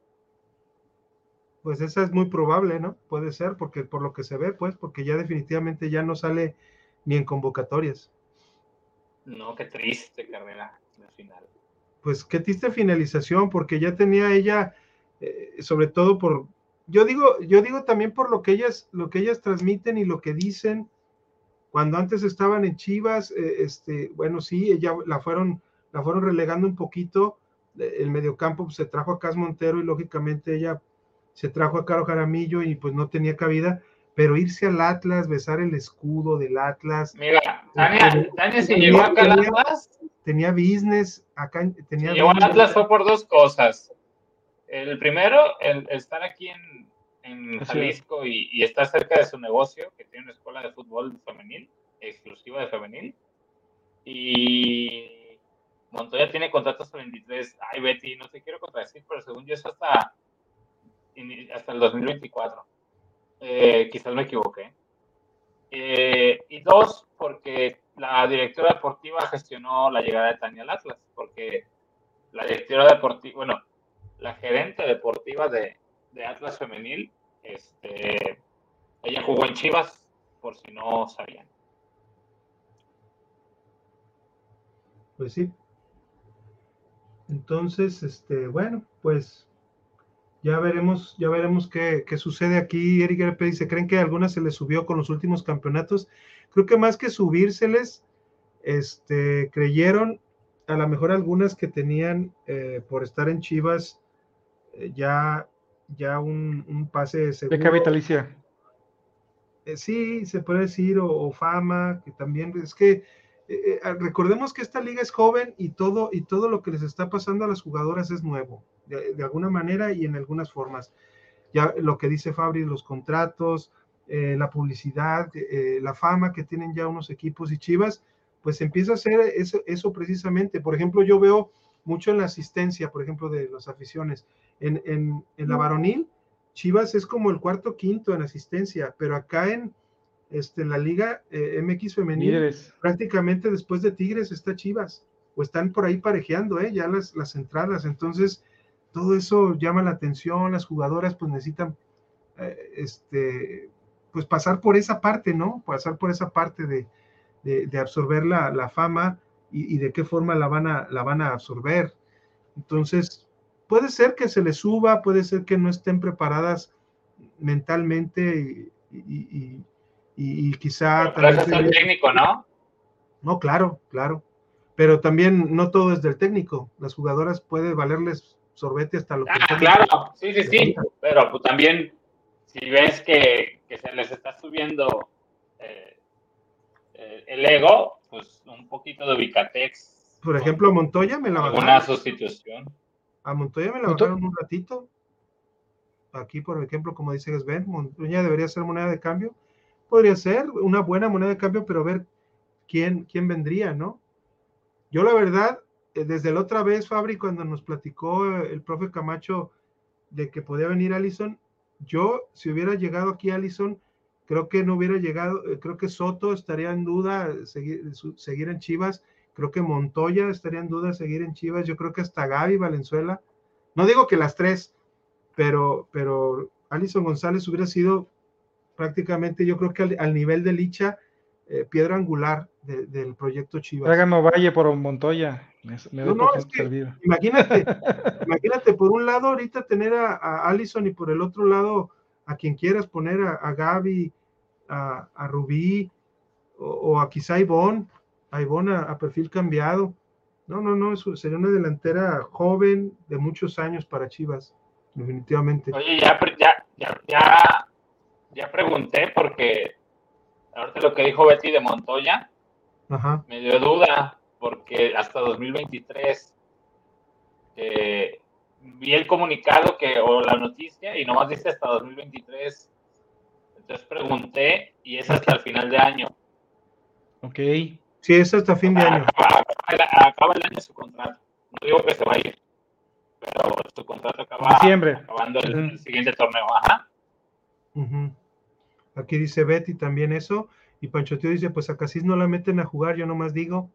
Pues esa es muy probable, ¿no? Puede ser, porque por lo que se ve, pues, porque ya definitivamente ya no sale ni en convocatorias. No, qué triste carrera al final. Pues qué triste finalización, porque ya tenía ella, sobre todo por, yo digo también por lo que ellas transmiten y lo que dicen, cuando antes estaban en Chivas, bueno, sí, ella la fueron relegando un poquito, el mediocampo pues, se trajo a Cas Montero y lógicamente ella se trajo a Caro Jaramillo y pues no tenía cabida, pero irse al Atlas, besar el escudo del Atlas. Mira, Tania se llegó acá al Atlas. Tenía business, acá tenía. Llegó al Atlas fue por dos cosas. El primero, el estar aquí en Jalisco y estar cerca de su negocio, que tiene una escuela de fútbol femenil, exclusiva de femenil. Y Montoya tiene contratos hasta 23. Ay, Betty, no te quiero contradecir, pero según yo es hasta el 2024. Quizás me equivoqué. Y dos, porque la directora deportiva gestionó la llegada de Tania al Atlas, porque la directora deportiva, bueno, la gerente deportiva de Atlas Femenil, ella jugó en Chivas, por si no sabían. Pues sí. Entonces, bueno, pues ya veremos qué sucede aquí. Eric Garpe dice, ¿creen que a algunas se les subió con los últimos campeonatos? Creo que más que subírseles, creyeron, a lo mejor algunas que tenían por estar en Chivas ya un pase seguro. Beca vitalicia. Sí, se puede decir, o fama, que también es que recordemos que esta liga es joven y todo lo que les está pasando a las jugadoras es nuevo, de alguna manera y en algunas formas. Ya lo que dice Fabri, los contratos, la publicidad, la fama que tienen ya unos equipos y Chivas, pues empieza a hacer eso precisamente. Por ejemplo, yo veo mucho en la asistencia, por ejemplo, de las aficiones. En la varonil, Chivas es como el cuarto, quinto en asistencia, pero acá en la Liga MX femenil, líderes. Prácticamente después de Tigres está Chivas, o están por ahí parejeando, ya las entradas. Entonces, todo eso llama la atención, las jugadoras pues necesitan pues pasar por esa parte, ¿no? Pasar por esa parte de absorber la fama y de qué forma la van a absorber. Entonces, puede ser que se les suba, puede ser que no estén preparadas mentalmente y quizá... Pero eso es el técnico, ¿no? No, claro, pero también no todo es del técnico, las jugadoras puede valerles sorbete hasta lo que... Claro, sí, pero pues también si ves que se les está subiendo el ego, pues un poquito de Ubicatex. Por ejemplo, a Montoya me la bajaron. Alguna sustitución. A Montoya me la bajaron un ratito. Aquí, por ejemplo, como dice Sven, Montoya debería ser moneda de cambio. Podría ser una buena moneda de cambio, pero ver quién vendría, ¿no? Yo la verdad, desde la otra vez, Fabri, cuando nos platicó el profe Camacho de que podía venir Allison, yo, si hubiera llegado aquí Allison, creo que no hubiera llegado, creo que Soto estaría en duda seguir en Chivas, creo que Montoya estaría en duda seguir en Chivas, yo creo que hasta Gaby Valenzuela, no digo que las tres, pero Allison González hubiera sido prácticamente, yo creo que al nivel de Licha, piedra angular del proyecto Chivas. Tráigame Valle por Montoya. Me doy por es que servido. imagínate, por un lado ahorita tener a Allison y por el otro lado a quien quieras poner, a Gaby, a Rubí, o a quizá a Ivonne a perfil cambiado. No, eso sería una delantera joven de muchos años para Chivas, definitivamente. Oye, ya pregunté porque ahorita lo que dijo Betty de Montoya me dio duda, porque hasta 2023 vi el comunicado o la noticia y nomás dice hasta 2023. Entonces pregunté y es hasta el final de año. Ok. Sí, es hasta fin de año. Acaba el año su contrato. No digo que se va a ir, pero su contrato acaba acabando el siguiente torneo. Ajá. Aquí dice Betty también eso. Y Pancho Tío dice, pues a Casís no la meten a jugar, yo nomás digo.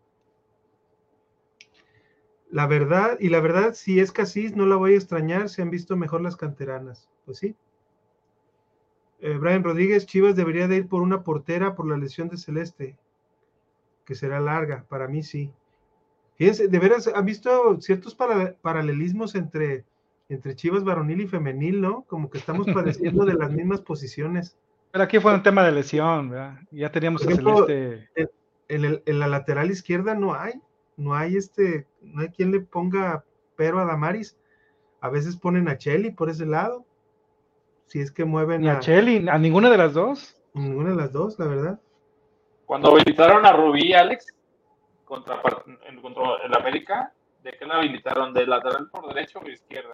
La verdad, si es Casís, no la voy a extrañar, se han visto mejor las canteranas. Pues sí. Brian Rodríguez, Chivas debería de ir por una portera por la lesión de Celeste, que será larga, para mí sí. Fíjense, de veras, ¿han visto ciertos paralelismos entre Chivas varonil y femenil, no? Como que estamos padeciendo de las mismas posiciones. Pero aquí fue un tema de lesión, ¿verdad? Ya teníamos a Celeste. En la lateral izquierda no hay quien le ponga pero a Damaris. A veces ponen a Cheli por ese lado. Si es que mueven ni a Cheli, a ninguna de las dos. Ninguna de las dos, la verdad. Cuando habilitaron a Rubí, Alex, contra el América, ¿de qué la habilitaron? ¿De lateral por derecha o por izquierda?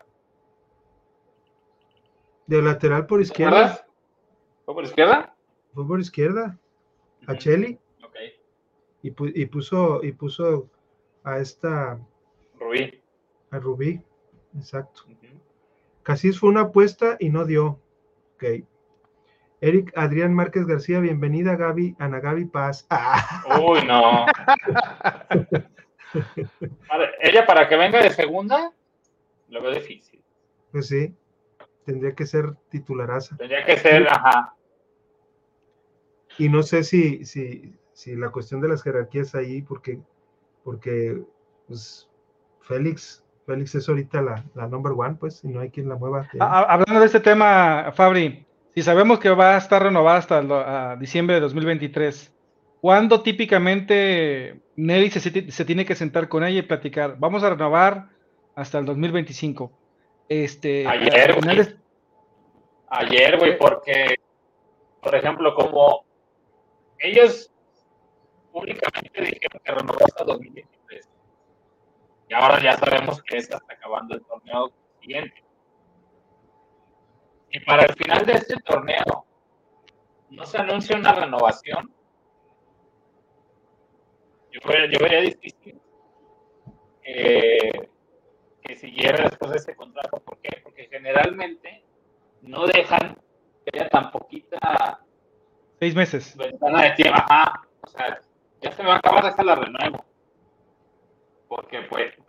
De lateral por izquierda. ¿Verdad? ¿Fue por izquierda? Fue por izquierda. A Cheli. Ok. Y puso a esta Rubí. A Rubí, exacto. Casís fue una apuesta y no dio. Ok. Eric Adrián Márquez García, bienvenida Ana Gaby Paz. Uy, no. Ella para que venga de segunda, lo veo difícil. Pues sí, tendría que ser titularaza. Tendría que ser, ajá. Y no sé si la cuestión de las jerarquías ahí, porque pues Félix es ahorita la number one, pues, y no hay quien la mueva. Hablando de este tema, Fabri, si sabemos que va a estar renovada hasta diciembre de 2023, ¿cuándo típicamente Nelly se tiene que sentar con ella y platicar? Vamos a renovar hasta el 2025. Ayer, güey, porque, por ejemplo, como ellos públicamente dijeron que renovó hasta 2023. Y ahora ya sabemos que está acabando el torneo siguiente. Y para el final de este torneo, no se anuncia una renovación. Yo vería difícil que siguiera después de ese contrato. ¿Por qué? Porque generalmente no dejan que haya tan poquita 6 meses ventana de tiempo. Ajá. O sea, ya se me va a acabar hasta la renuevo. Porque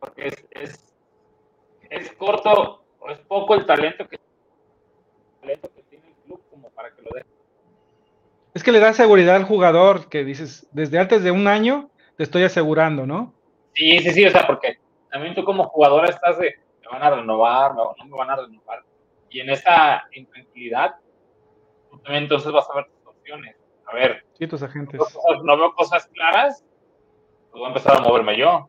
es corto o es poco el talento que tiene el club como para que lo deje. Es que le da seguridad al jugador, que dices, desde antes de un año te estoy asegurando, ¿no? Sí, o sea, porque también tú como jugador estás de, me van a renovar, no me van a renovar. Y en esa intranquilidad, tú también entonces vas a ver tus opciones. A ver, sí, tus agentes. No veo cosas claras, pues voy a empezar a moverme yo.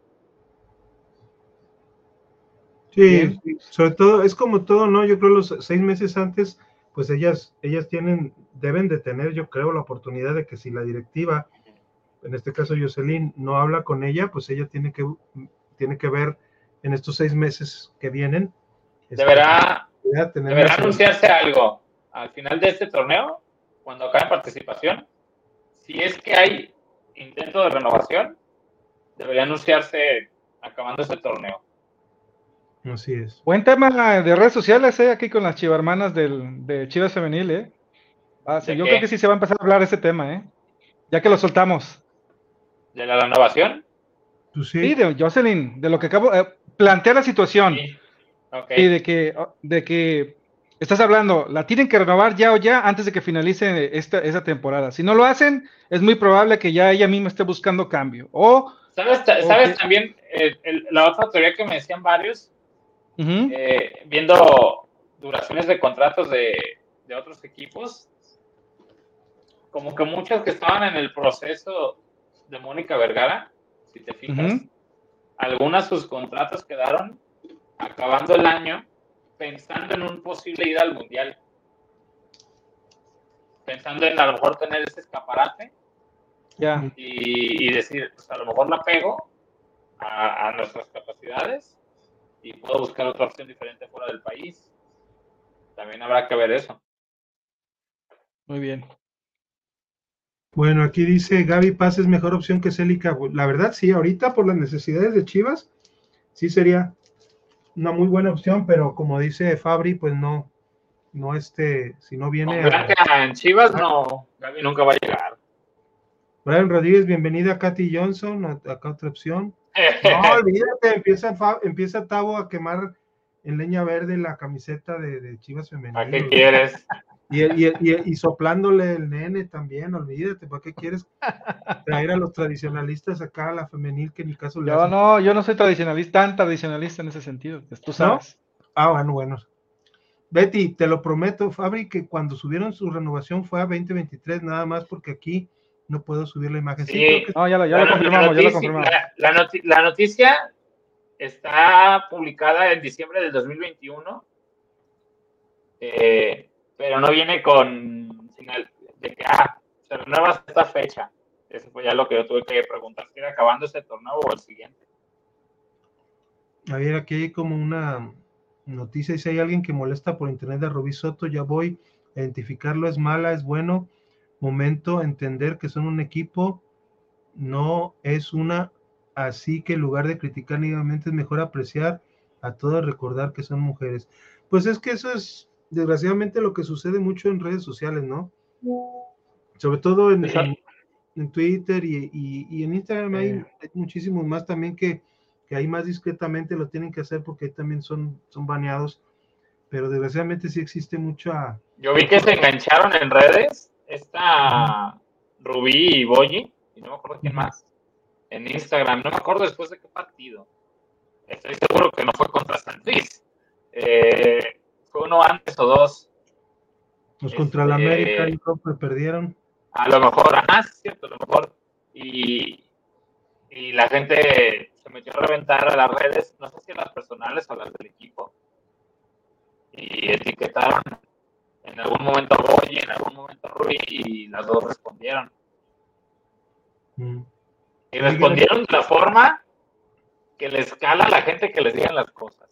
Sí, sobre todo, es como todo, ¿no? Yo creo los 6 meses antes, pues ellas deben de tener, yo creo, la oportunidad de que si la directiva, en este caso Jocelyn, no habla con ella, pues ella tiene que ver en estos 6 meses que vienen. Deberá anunciarse algo al final de este torneo, cuando acabe participación. Si es que hay intento de renovación, debería anunciarse acabando este torneo. Así es. Buen tema de redes sociales, aquí con las chivarmanas de Chivas Femenil, yo creo que sí se va a empezar a hablar de ese tema, ya que lo soltamos. ¿De la renovación? Pues sí, de Jocelyn, de lo que acabo plantea la situación. Sí. Okay. Y de que Estás hablando, la tienen que renovar ya o ya antes de que finalice esa temporada. Si no lo hacen, es muy probable que ya ella misma esté buscando cambio. ¿Sabes también la otra teoría que me decían varios? Viendo duraciones de contratos de otros equipos, como que muchos que estaban en el proceso de Mónica Vergara, si te fijas, algunas sus contratos quedaron acabando el año pensando en un posible ida al Mundial, pensando en a lo mejor tener ese escaparate y decir, pues a lo mejor la pego a nuestras capacidades y puedo buscar otra opción diferente fuera del país. También habrá que ver eso. Muy bien. Bueno, aquí dice Gaby Paz es mejor opción que Célica. La verdad, sí, ahorita por las necesidades de Chivas, sí sería una muy buena opción, pero como dice Fabri, pues no, si no viene. Con Blanca en Chivas, no, Gaby nunca va a llegar. Brian Rodríguez, bienvenida Katy Johnson, acá otra opción. No, olvídate, empieza Tavo a quemar en leña verde la camiseta de Chivas femenil. ¿Para qué quieres? Y soplándole el nene también, olvídate, ¿para qué quieres traer a los tradicionalistas acá a la femenil que ni caso le hacen? No, yo no soy tan tradicionalista en ese sentido, pues tú sabes. ¿No? Bueno. Betty, te lo prometo, Fabri, que cuando subieron su renovación fue a 2023, nada más porque aquí no puedo subir la imagen. Sí, no, ya lo confirmamos, La noticia está publicada en diciembre del 2021, pero no viene con señal de que se renueva hasta esta fecha. Eso fue ya lo que yo tuve que preguntar, si era acabando este torneo o el siguiente. A ver, aquí hay como una noticia, dice, hay alguien que molesta por internet de Rubí Soto, ya voy a identificarlo, es mala, es bueno, momento, entender que son un equipo, no es una, así que en lugar de criticar negativamente es mejor apreciar a todas, recordar que son mujeres. Pues es que eso es desgraciadamente lo que sucede mucho en redes sociales, ¿no? Sobre todo en Twitter y en Instagram hay muchísimos más también que ahí más discretamente lo tienen que hacer porque también son baneados, pero desgraciadamente sí existe mucha... Yo vi que se engancharon en redes, Rubí y Boyi, y no me acuerdo quién más, en Instagram, no me acuerdo después de qué partido. Estoy seguro que no fue contra San Luis. Fue uno antes o dos. Pues contra la América y creo que perdieron. A lo mejor, es cierto, a lo mejor. Y la gente se metió a reventar a las redes, no sé si a las personales o a las del equipo. Y etiquetaron en algún momento a Boyi, en algún momento a Rubí, y las dos respondieron. Y respondieron de la forma que les cala a la gente que les digan las cosas.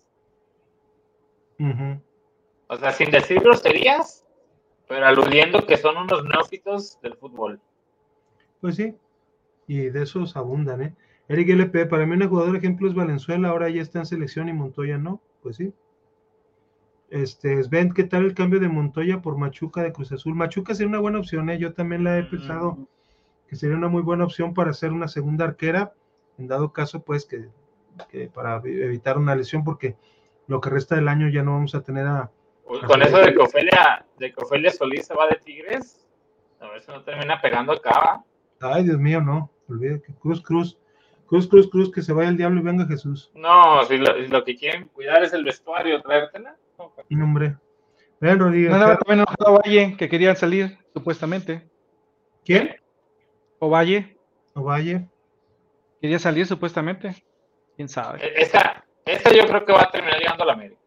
O sea, sin decir groserías, pero aludiendo que son unos neófitos del fútbol. Pues sí, y de esos abundan, ¿eh? Eric LP, para mí un jugador ejemplo es Valenzuela, ahora ya está en selección y Montoya no, pues sí. Sven, ¿qué tal el cambio de Montoya por Machuca de Cruz Azul? Machuca sería una buena opción, ¿eh? Yo también la he pensado que sería una muy buena opción para hacer una segunda arquera, en dado caso, pues, que para evitar una lesión, porque lo que resta del año ya no vamos a tener con eso de que Ofelia Solís se va de Tigres, a ver si no termina pegando acá. Ay, Dios mío, no, olvídate, Cruz, que se vaya el diablo y venga Jesús. No, si lo que quieren cuidar es el vestuario, traértela. No, hombre. Vean, Rodríguez. No, también enojado Valle, que querían salir, supuestamente. ¿Quién? Ovalle. Quería salir, supuestamente. ¿Quién sabe? Esa yo creo que va a terminar llegando a la América.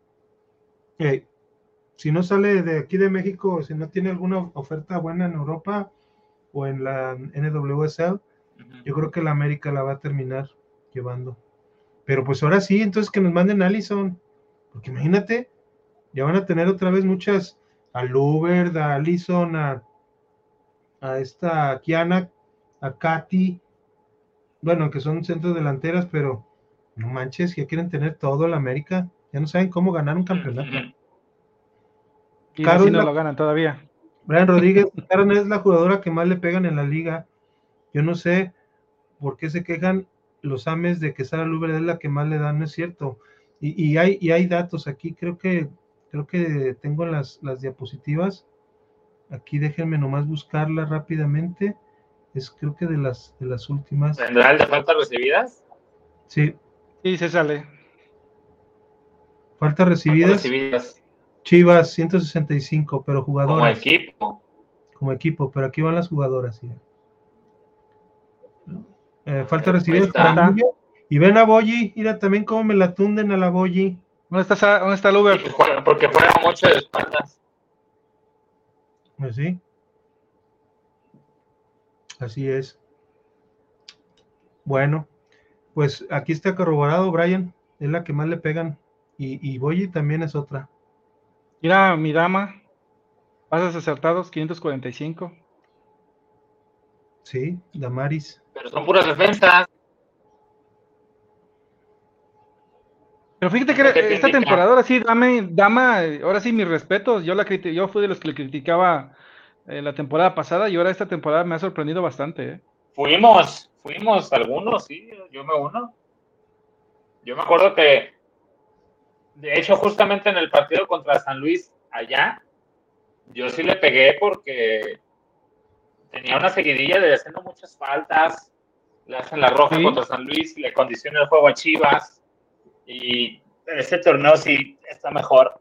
Si no sale de aquí de México, si no tiene alguna oferta buena en Europa o en la NWSL, yo creo que la América la va a terminar llevando. Pero pues ahora sí, entonces que nos manden a Allison, porque imagínate, ya van a tener otra vez muchas, a Lubert, a Allison, a esta Kiana, a Katy, bueno, que son centros delanteras, pero no manches, ya quieren tener todo la América, ya no saben cómo ganar un campeonato. Y así no lo ganan todavía. Brian Rodríguez, Karen es la jugadora que más le pegan en la liga. Yo no sé por qué se quejan los ames de que Sara Lubert es la que más le dan, no es cierto. Y hay datos aquí, creo que creo que tengo las diapositivas. Aquí déjenme nomás buscarla rápidamente. Es creo que de las últimas. ¿Tendrá el de faltas recibidas? Sí. Sí, se sale. Faltas recibidas. Chivas 165, pero jugadoras. Como equipo, pero aquí van las jugadoras. ¿Sí? Faltas recibidas para Nubia. Y ven a Boyi, mira también cómo me la tunden a la Boyi. ¿Dónde está el Uber? Porque juega mucho de espaldas. Pues sí. Así es. Bueno, pues aquí está corroborado, Brian. Es la que más le pegan. Y Boyi también es otra. Mira, mi dama. Pases acertados, 545. Sí, Damaris. Pero son puras defensas. Pero fíjate que esta temporada, ahora sí, dama, ahora sí, mis respetos. Yo fui de los que le criticaba la temporada pasada y ahora esta temporada me ha sorprendido bastante. Fuimos algunos, sí, yo me uno. Yo me acuerdo que, de hecho, justamente en el partido contra San Luis, allá, yo sí le pegué porque tenía una seguidilla de haciendo muchas faltas, le hacen la roja contra San Luis, le condiciona el juego a Chivas, y en este torneo sí está mejor.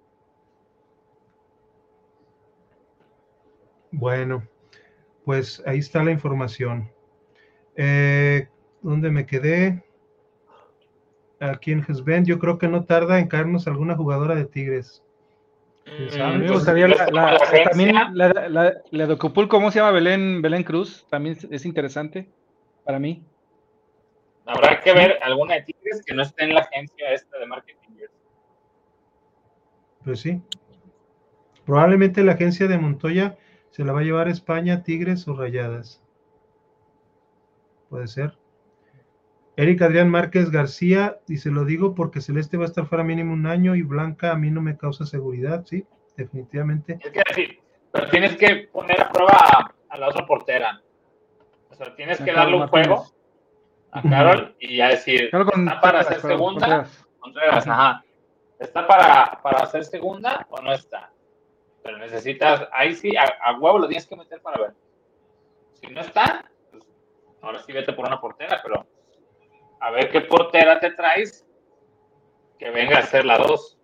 Bueno, pues ahí está la información. ¿Dónde me quedé? Aquí en Hesbent, yo creo que no tarda en caernos alguna jugadora de Tigres. Me gustaría también la de Ocupul, ¿cómo se llama? Belén Cruz, también es interesante para mí. Habrá que ver alguna de Tigres que no esté en la agencia esta de marketing. Pues sí. Probablemente la agencia de Montoya se la va a llevar a España, Tigres o Rayadas. Puede ser. Eric Adrián Márquez García dice, lo digo porque Celeste va a estar fuera mínimo un año y Blanca a mí no me causa seguridad, sí, definitivamente. Es que sí, pero tienes que poner a prueba a la otra portera. O sea, tienes que darle un juego a Carol y ya decir, ¿está para hacer segunda? Contreras, ajá. ¿Está para hacer segunda o no está? Pero necesitas, ahí sí, a huevo lo tienes que meter para ver. Si no está, pues ahora sí vete por una portera, pero a ver qué portera te traes que venga a hacer la 2.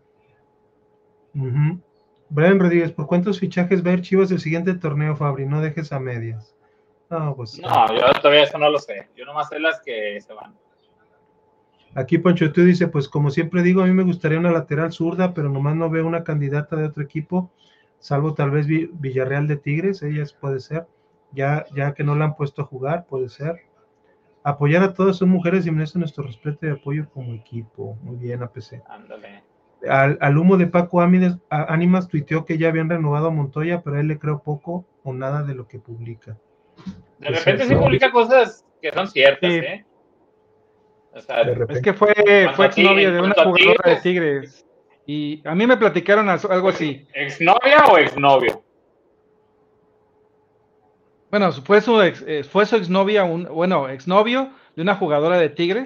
Brian Rodríguez, ¿por cuántos fichajes va a ir Chivas el siguiente torneo, Fabri? No dejes a medias. No, pues. No, yo todavía eso no lo sé. Yo nomás sé las que se van. Aquí Poncho tú dice, pues como siempre digo, a mí me gustaría una lateral zurda, pero nomás no veo una candidata de otro equipo, salvo tal vez Villarreal de Tigres, ellas puede ser, ya que no la han puesto a jugar, puede ser. Apoyar a todas son mujeres y merece nuestro respeto y apoyo como equipo. Muy bien, APC. Ándale. Al humo de Paco Ánimas tuiteó que ya habían renovado a Montoya, pero a él le creo poco o nada de lo que publica. De repente sí publica cosas que son ciertas, sí. O sea, es que fue exnovia de una jugadora de Tigres. Y a mí me platicaron algo así. ¿Exnovia o exnovio? Bueno, fue su exnovia, exnovio de una jugadora de Tigres.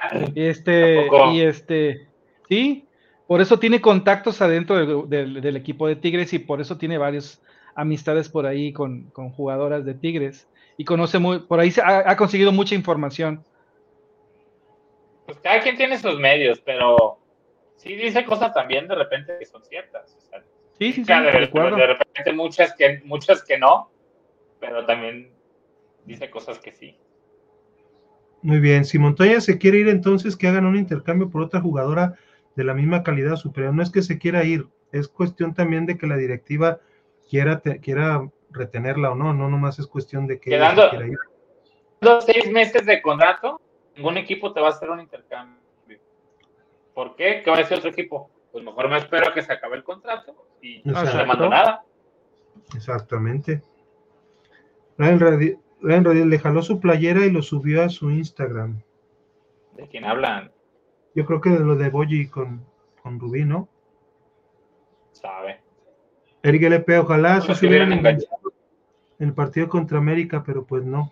Sí, por eso tiene contactos adentro del equipo de Tigres y por eso tiene varias amistades por ahí con jugadoras de Tigres. Y conoce por ahí ha conseguido mucha información. Pues cada quien tiene sus medios, pero sí dice cosas también de repente que son ciertas. O sea, sí, de repente muchas que no, pero también dice cosas que sí. Muy bien, si Montoya se quiere ir, entonces que hagan un intercambio por otra jugadora de la misma calidad superior. No es que se quiera ir, es cuestión también de que la directiva quiera retenerla o no nomás es cuestión de que ella se quiera ir. 6 meses de contrato, ningún equipo te va a hacer un intercambio. ¿Por qué? ¿Qué va a decir otro equipo? Pues mejor me espero a que se acabe el contrato y no se le mando nada. Exactamente. Ryan Rodríguez le jaló su playera y lo subió a su Instagram. ¿De quién hablan? Yo creo que de lo de Boyi con Rubí, ¿no? Sabe. Eric LP, ojalá se hubieran enganchado en el partido contra América, pero pues no.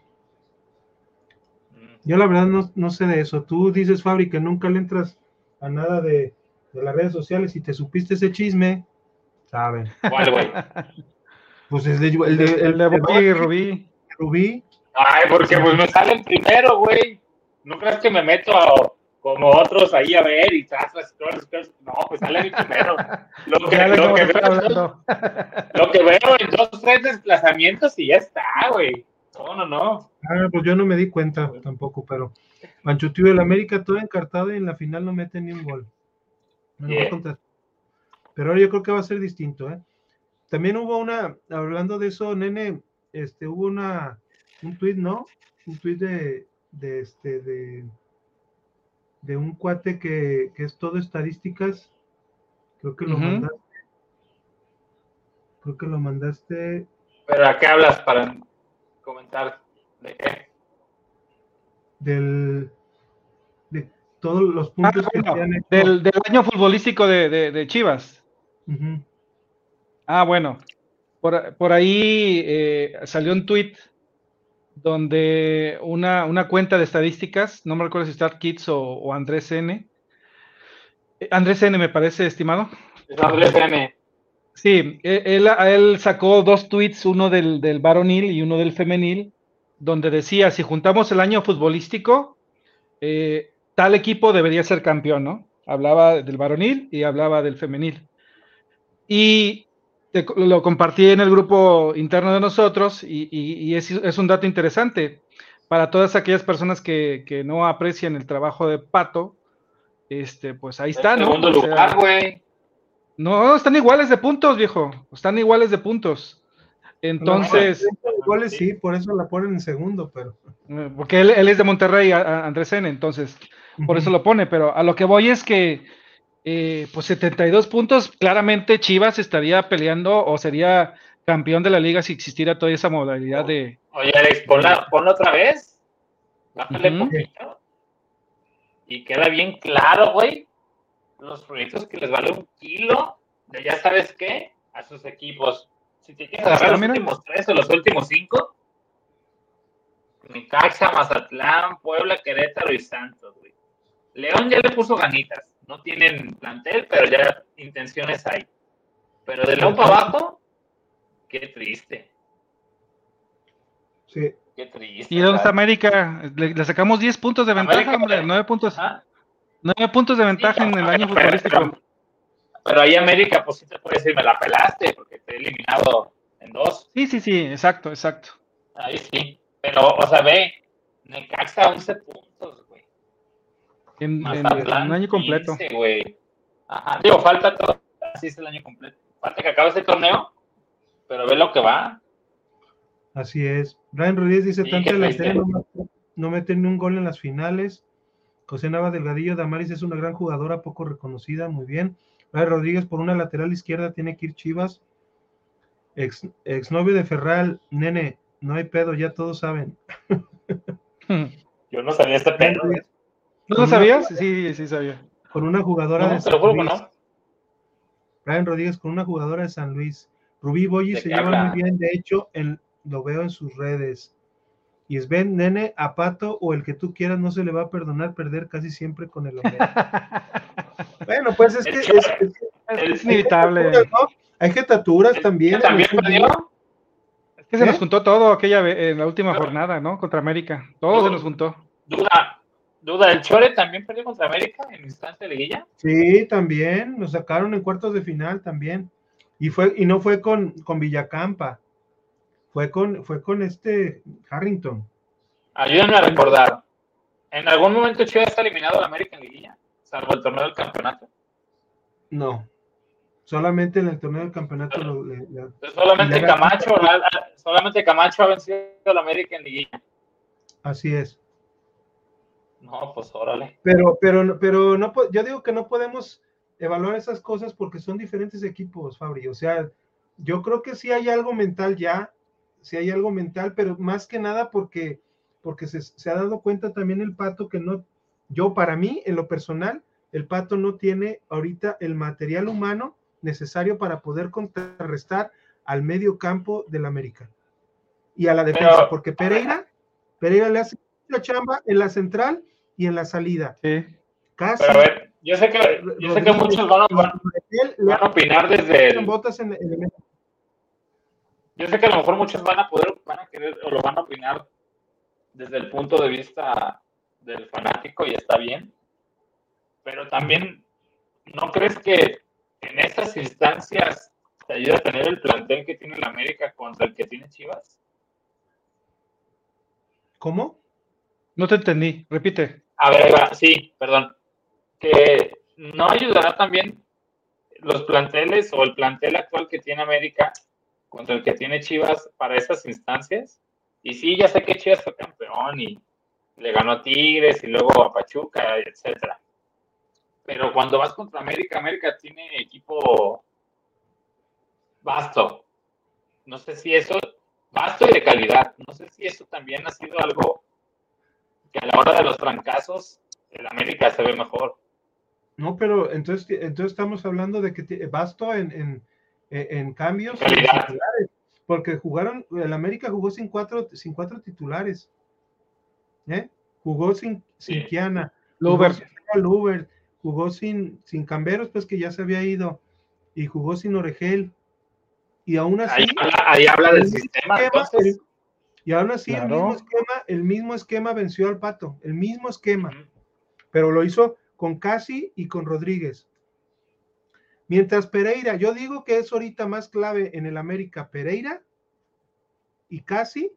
Yo la verdad no sé de eso. Tú dices, Fabri, que nunca le entras a nada de de las redes sociales, si te supiste ese chisme, saben. ¿Cuál, güey? Pues el de Boy y Rubí. Ay, porque pues me salen primero, güey. ¿No crees que me meto como otros ahí a ver y tras? No, pues sale mi primero. Lo que veo en 2 o 3 desplazamientos y ya está, güey. No. Pues yo no me di cuenta tampoco, pero Manchutío del América todo encartado y en la final no mete ni un gol. Pero ahora yo creo que va a ser distinto, ¿eh? También hubo hablando de eso, nene, hubo un tuit, ¿no? Un tuit de un cuate que es todo estadísticas. Creo que lo mandaste. ¿Pero a qué hablas para comentar? ¿De qué? De todos los puntos que se han hecho. Del año futbolístico de Chivas. Uh-huh. Bueno, por ahí salió un tweet donde una cuenta de estadísticas, no me recuerdo si Star Kids o Andrés N. Andrés N me parece, estimado. Es Andrés N. Sí, él sacó 2 tweets, uno del varonil y uno del femenil, donde decía, si juntamos el año futbolístico, tal equipo debería ser campeón, ¿no? Hablaba del varonil y hablaba del femenil. Y lo compartí en el grupo interno de nosotros y es un dato interesante para todas aquellas personas que no aprecian el trabajo de Pato. Pues ahí está, ¿no? Segundo lugar, güey. No, están iguales de puntos, viejo. Están iguales de puntos. Entonces. Iguales sí, por eso la ponen en segundo, pero. Porque él es de Monterrey, Andrés N., entonces, por eso lo pone. Pero a lo que voy es que, pues 72 puntos, claramente Chivas estaría peleando o sería campeón de la liga si existiera toda esa modalidad de. Oye, Alex, ponlo otra vez. Bájale poquito. Y queda bien claro, güey. Los proyectos que les vale $1 kilo de ya sabes qué a sus equipos. Si te quieres agarrar los últimos 3 o los últimos 5, Necaxa, Mazatlán, Puebla, Querétaro y Santos, güey. León ya le puso ganitas. No tienen plantel, pero ya intenciones hay. Pero de León para abajo, qué triste. Sí. Qué triste. ¿Y dónde está América? Le sacamos 10 puntos de ventaja, hombre. 9 puntos. 9 puntos de ventaja en el año futbolístico. Pero ahí América, pues sí te puede decir, me la pelaste, porque te he eliminado en 2. Sí, exacto. Ahí sí. Pero, o sea, ve, Necaxa 11 puntos, güey. En un año completo. 15, güey. Ajá, digo, falta todo. Así es el año completo. Falta que acabe ese torneo, pero ve lo que va. Así es. Brian Rodríguez dice, tanto delantero no meten ni un gol en las finales. José Nava Delgadillo, Damaris es una gran jugadora, poco reconocida, muy bien. Brian Rodríguez, por una lateral izquierda tiene que ir Chivas. Exnovio de Ferral, nene, no hay pedo, ya todos saben. Yo no sabía este pedo. ¿No lo sabías? Sí, sabía. Con una jugadora de San Luis. Brian Rodríguez, con una jugadora de San Luis. Rubí Boyi se lleva muy bien, de hecho, lo veo en sus redes. Y Sven, nene, a Pato o el que tú quieras no se le va a perdonar perder casi siempre con el hombre. Bueno, pues es que es inevitable. ¿No? Hay jetaturas también. ¿También perdió? Es que se nos juntó todo aquella vez, en la última jornada, ¿no? Contra América. Todo se nos juntó. Duda, ¿el Chore también perdió contra América en instancia de liguilla? Sí, también. Nos sacaron en cuartos de final también. Y no fue con Villacampa. Fue con Harrington. Ayúdenme a recordar. ¿En algún momento Chivas está eliminado de América en liguilla? Salvo el torneo del campeonato. No. Solamente en el torneo del campeonato. Solamente Camacho ha vencido a la América en liguilla. Así es. No, pues órale. Pero no, yo digo que no podemos evaluar esas cosas porque son diferentes equipos, Fabri. O sea, yo creo que sí hay algo mental ya. Sí hay algo mental, pero más que nada porque se ha dado cuenta también el Pato que no, para mí, en lo personal, el Pato no tiene ahorita el material humano necesario para poder contrarrestar al medio campo del América y a la defensa, porque Pereira le hace la chamba en la central y en la salida. Sí. Casi Yo sé que muchos van a opinar desde el... Yo sé que a lo mejor muchos van a querer o lo van a opinar desde el punto de vista del fanático y está bien, pero también, ¿no crees que en estas instancias te ayuda a tener el plantel que tiene el América contra el que tiene Chivas? ¿Cómo? No te entendí, repite. A ver, sí, perdón. Que no ayudará también los planteles o el plantel actual que tiene América contra el que tiene Chivas para estas instancias. Y sí, ya sé que Chivas fue campeón y le ganó a Tigres y luego a Pachuca, etcétera. Pero cuando vas contra América, América tiene equipo vasto. No sé si eso, vasto y de calidad. No sé si eso también ha sido algo que a la hora de los trancazos, el América se ve mejor. No, pero entonces estamos hablando de que vasto en cambios titulares, porque el América jugó sin cuatro titulares, jugó sin Kiana, Luber, jugó sin Camberos, pues que ya se había ido, y jugó sin Oregel, y aún así ahí habla del sistema, entonces. Y aún así claro. el mismo esquema venció al Pato, el mismo esquema, pero lo hizo con Casi y con Rodríguez. Mientras Pereira, yo digo que es ahorita más clave en el América Pereira y Casi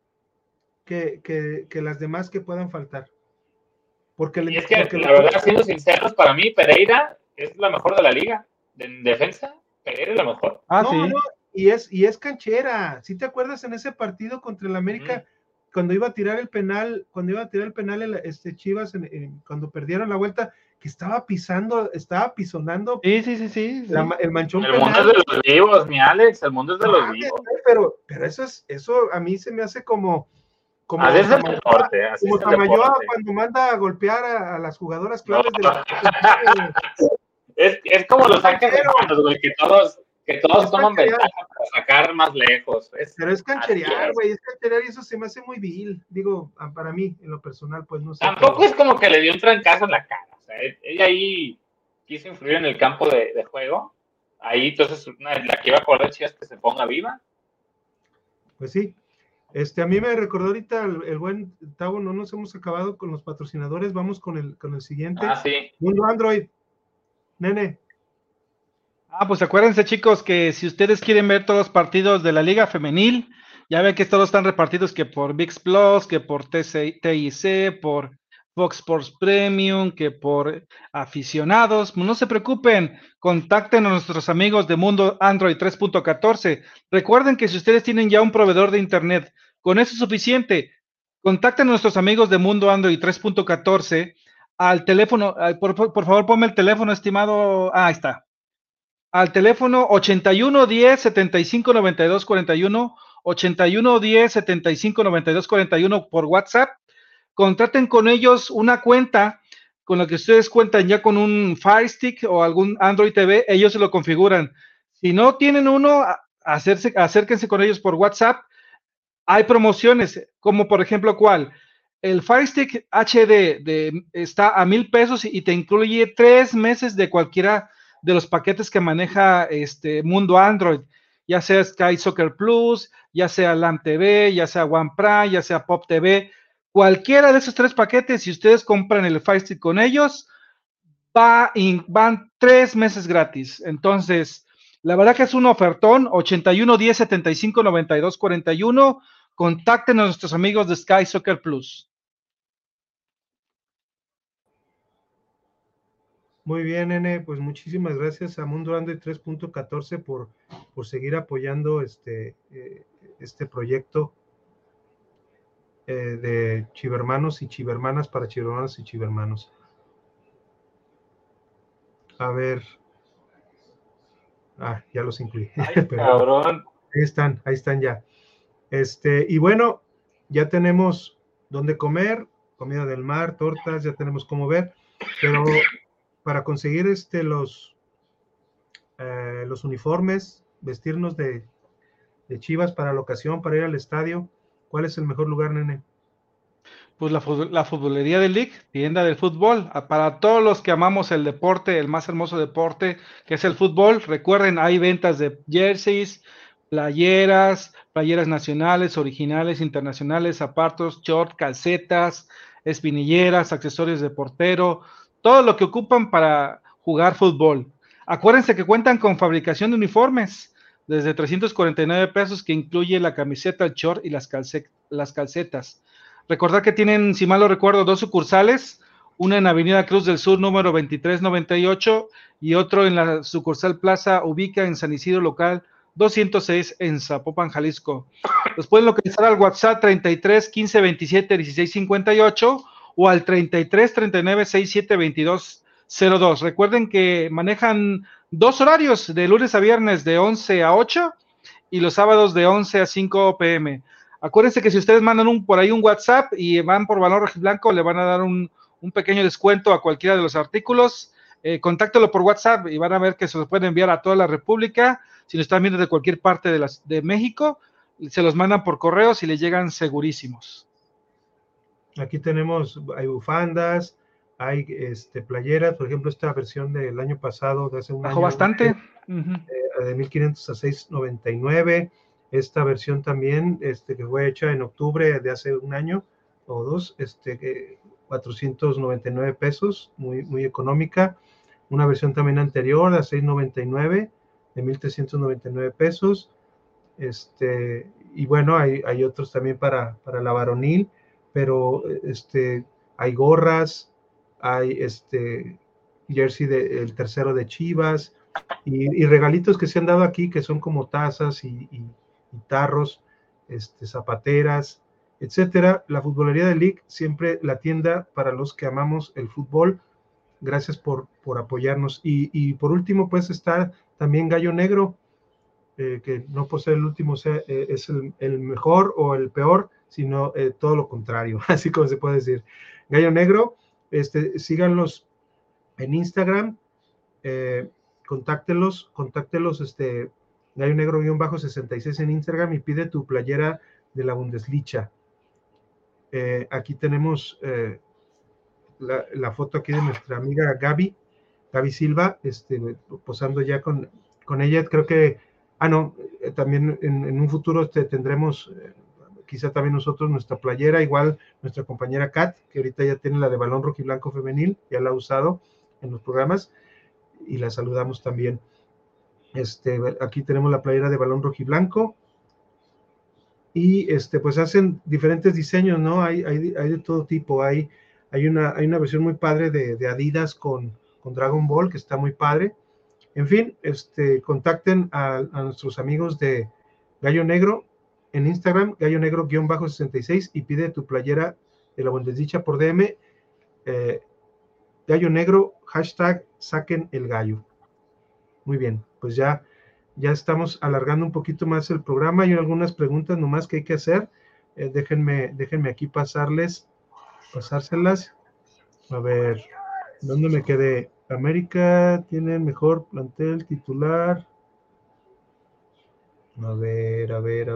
que las demás que puedan faltar. Porque la verdad, siendo sinceros, para mí Pereira es la mejor de la liga. En defensa, Pereira es la mejor. No, y es canchera. ¿Sí te acuerdas en ese partido contra el América? Cuando iba a tirar el penal, Chivas, cuando perdieron la vuelta, que estaba pisonando. Sí. El manchón penal. El mundo es de los vivos, mi Alex, el mundo es de los vivos. Pero eso a mí se me hace como como Tamayoa cuando manda a golpear a las jugadoras claves de la es como los ángeles, güey, que todos toman ventaja para sacar más lejos. Pero es cancherear, güey, y eso se me hace muy vil. Digo, para mí, en lo personal, pues no sé. Tampoco es como que le dio un trancazo en la cara. O sea, ella ahí quiso influir en el campo de juego. Ahí, entonces, la que iba a correr Chivas que se ponga viva. Pues sí. A mí me recordó ahorita el buen Tavo, no nos hemos acabado con los patrocinadores. Vamos con el siguiente. Sí. Mundo Android. Nene. Pues acuérdense, chicos, que si ustedes quieren ver todos los partidos de la Liga Femenil, ya ven que todos están repartidos que por ViX Plus, que por TIC, por Fox Sports Premium, que por aficionados. No se preocupen, contacten a nuestros amigos de Mundo Android 3.14. Recuerden que si ustedes tienen ya un proveedor de internet, con eso es suficiente. Contacten a nuestros amigos de Mundo Android 3.14 al teléfono. Por favor, ponme el teléfono, estimado. Ahí está. Al teléfono 81 10 75 92 41, 81 10 75 92 41 por WhatsApp. Contraten con ellos una cuenta con la que ustedes cuentan ya con un Fire Stick o algún Android TV, ellos se lo configuran. Si no tienen uno, acérquense con ellos por WhatsApp. Hay promociones, como por ejemplo, ¿cuál? El Fire Stick HD está a $1,000 y te incluye 3 meses de cualquiera de los paquetes que maneja Mundo Android, ya sea Sky Soccer Plus, ya sea LAM TV, ya sea One Prime, ya sea Pop TV, cualquiera de esos 3 paquetes, si ustedes compran el Fire Stick con ellos, van 3 meses gratis. Entonces, la verdad que es un ofertón, 81 10 75 92 41, contacten a nuestros amigos de Sky Soccer Plus. Muy bien, Nene, pues muchísimas gracias a Mundo Android 3.14 por seguir apoyando este proyecto de chivermanos y chivermanas para chivermanos y chivermanos. A ver. Ya los incluí. Ay, cabrón. Ahí están ya. Y bueno, ya tenemos dónde comer, comida del mar, tortas, ya tenemos cómo ver, pero para conseguir los uniformes, vestirnos de Chivas para la ocasión, para ir al estadio, ¿cuál es el mejor lugar, Nene? Pues la futbolería del League, tienda del fútbol. Para todos los que amamos el deporte, el más hermoso deporte que es el fútbol, recuerden, hay ventas de jerseys, playeras nacionales, originales, internacionales, zapatos, short, calcetas, espinilleras, accesorios de portero, todo lo que ocupan para jugar fútbol. Acuérdense que cuentan con fabricación de uniformes desde 349 pesos, que incluye la camiseta, el short y las calcetas. Recordar que tienen, si mal no recuerdo, 2 sucursales, una en Avenida Cruz del Sur, número 2398, y otro en la sucursal Plaza Ubica en San Isidro, local 206 en Zapopan, Jalisco. Los pueden localizar al WhatsApp 33 15 27 16 58 o al 33 39 67 22 02. Recuerden que manejan 2 horarios, de lunes a viernes de 11 a 8 y los sábados de 11 a 5 p.m. Acuérdense que si ustedes mandan por ahí un WhatsApp y van por Balón Rojiblanco, le van a dar un pequeño descuento a cualquiera de los artículos. Contáctelo por WhatsApp y van a ver que se los pueden enviar a toda la República. Si lo están viendo de cualquier parte de México, se los mandan por correos y les llegan segurísimos. Aquí tenemos, hay bufandas, hay playeras, por ejemplo, esta versión del año pasado, de hace un Bajó año. Bastante. De 1,500 a 699. Esta versión también, que fue hecha en octubre de hace un año o 2, 499 pesos, muy, muy económica. Una versión también anterior a 699, de 1,399 pesos. Y bueno, hay otros también para la varonil, pero hay gorras, hay jersey el tercero de Chivas, y regalitos que se han dado aquí, que son como tazas y tarros, zapateras, etcétera. La futbolería del League, siempre la tienda para los que amamos el fútbol. Gracias por apoyarnos. Y por último, pues está también Gallo Negro, que no por ser el último es el mejor o el peor, sino todo lo contrario, así como se puede decir. Gallo Negro, síganlos en Instagram, contáctelos, Gallo Negro-66 en Instagram, y pide tu playera de la Bundesliga. Aquí tenemos la foto aquí de nuestra amiga Gaby Silva, posando ya con ella. Creo que, también en un futuro tendremos, quizá también nosotros, nuestra playera, igual nuestra compañera Kat, que ahorita ya tiene la de Balón Rojiblanco Femenil, ya la ha usado en los programas, y la saludamos también. Aquí tenemos la playera de Balón Rojiblanco, y pues hacen diferentes diseños, ¿no? Hay de todo tipo. Hay una versión muy padre de Adidas con Dragon Ball, que está muy padre. En fin, contacten a nuestros amigos de Gallo Negro en Instagram, Gallo Negro-66, y pide tu playera de la Bundesliga por DM. Gallo Negro, hashtag saquen el gallo. Muy bien, pues ya estamos alargando un poquito más el programa. Hay algunas preguntas nomás que hay que hacer. Déjenme aquí pasárselas. A ver, ¿dónde me quedé? América tiene el mejor plantel titular. A ver.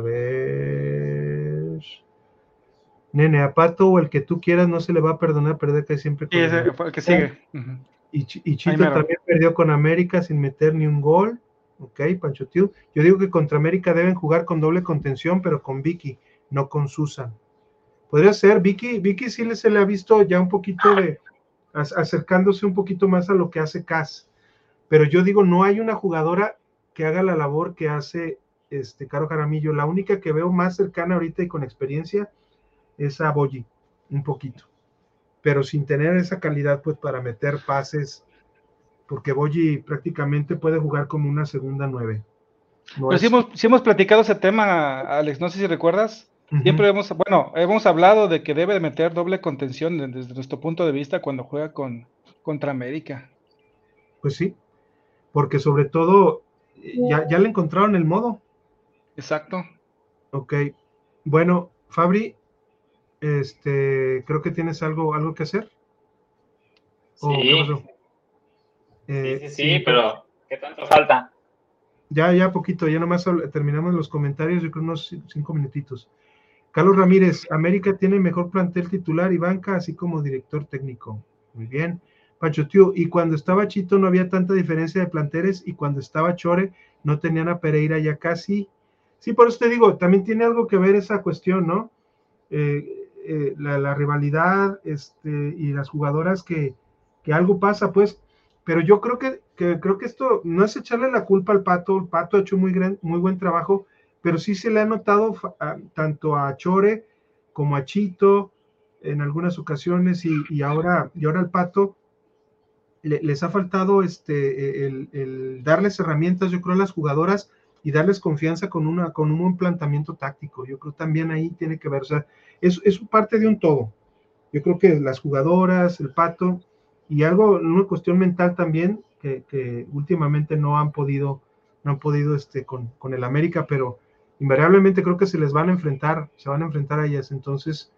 Nene, a Pato o el que tú quieras no se le va a perdonar perder, que siempre. Sí, ese fue el que sigue. Y Chito también perdió con América sin meter ni un gol. Ok, Pancho Tío. Yo digo que contra América deben jugar con doble contención, pero con Vicky, no con Susan. Podría ser, Vicky sí se le ha visto ya un poquito acercándose un poquito más a lo que hace Cas. Pero yo digo, no hay una jugadora que haga la labor que hace Caro Jaramillo. La única que veo más cercana ahorita y con experiencia es a Boyi, un poquito. Pero sin tener esa calidad, pues, para meter pases, porque Boyi prácticamente puede jugar como una segunda 9. Pero sí hemos platicado ese tema, Alex, no sé si recuerdas. Siempre hemos hablado de que debe de meter doble contención desde nuestro punto de vista cuando juega contra América. Pues sí, porque sobre todo ya le encontraron el modo. Exacto. Ok, bueno, Fabri, creo que tienes algo que hacer. Sí. Sí, pero ¿qué tanto falta? Ya poquito, ya nomás terminamos los comentarios, yo creo unos 5 minutitos. Carlos Ramírez, América tiene mejor plantel titular y banca, así como director técnico. Muy bien. Pancho Tío, y cuando estaba Chito no había tanta diferencia de planteles, y cuando estaba Chore no tenían a Pereira ya casi. Sí, por eso te digo, también tiene algo que ver esa cuestión, ¿no? La rivalidad y las jugadoras que algo pasa, pues, pero yo creo que esto no es echarle la culpa al Pato. El Pato ha hecho muy buen trabajo, pero sí se le ha notado tanto a Chore como a Chito en algunas ocasiones, y ahora el Pato les ha faltado el darles herramientas, yo creo, a las jugadoras, y darles confianza con un buen planteamiento táctico. Yo creo también ahí tiene que ver, o sea, es parte de un todo. Yo creo que las jugadoras, el Pato, y una cuestión mental también, que últimamente no han podido con el América, pero invariablemente creo que se van a enfrentar a ellas. Entonces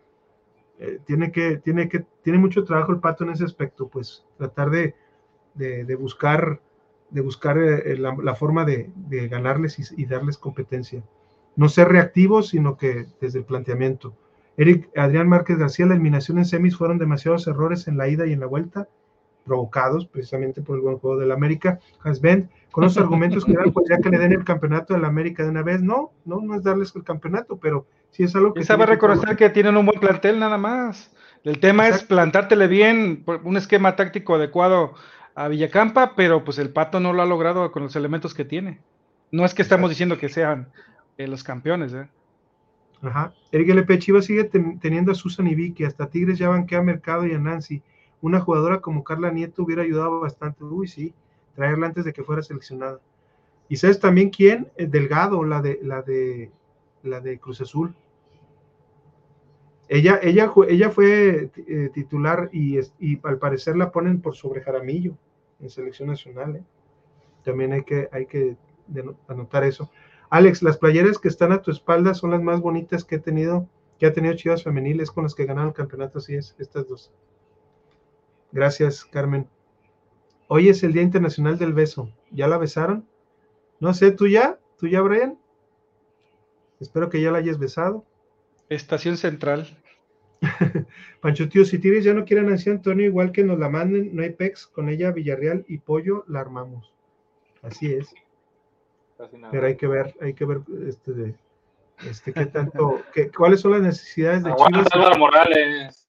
tiene mucho trabajo el Pato en ese aspecto, pues tratar de buscar la forma de ganarles y darles competencia. No ser reactivos, sino que desde el planteamiento. Adrián Márquez García, la eliminación en semis fueron demasiados errores en la ida y en la vuelta, provocados precisamente por el buen juego del América. Hasbend, con los argumentos que dan, pues ya que le den el campeonato al América de una vez. No es darles el campeonato, pero sí es algo que... Sabe reconocer que tienen un buen plantel nada más. El tema es plantártele bien, un esquema táctico adecuado a Villacampa, pero pues el Pato no lo ha logrado con los elementos que tiene. No es que estamos diciendo que sean los campeones, Ajá. Eric LP, Chivas sigue teniendo a Susan y Vicky, hasta Tigres ya banquea a Mercado y a Nancy. Una jugadora como Carla Nieto hubiera ayudado bastante. Uy, sí, traerla antes de que fuera seleccionada. ¿Y sabes también quién? Delgado, la de Cruz Azul. Ella fue titular, y al parecer la ponen por sobre Jaramillo en selección nacional. También hay que anotar eso. Alex, las playeras que están a tu espalda son las más bonitas que ha tenido Chivas Femenil, es con las que ganaron el campeonato, así es, estas dos. Gracias, Carmen. Hoy es el Día Internacional del Beso. ¿Ya la besaron? No sé, ¿tú ya, Brian? Espero que ya la hayas besado. Estación Central. Pancho Tío, si Tigres ya no quieren a Nancy Antonio, igual que nos la manden, no hay pex, con ella Villarreal y Pollo la armamos. Así es. Pero hay que ver qué tanto, cuáles son las necesidades de Chivas. Álvaro Morales.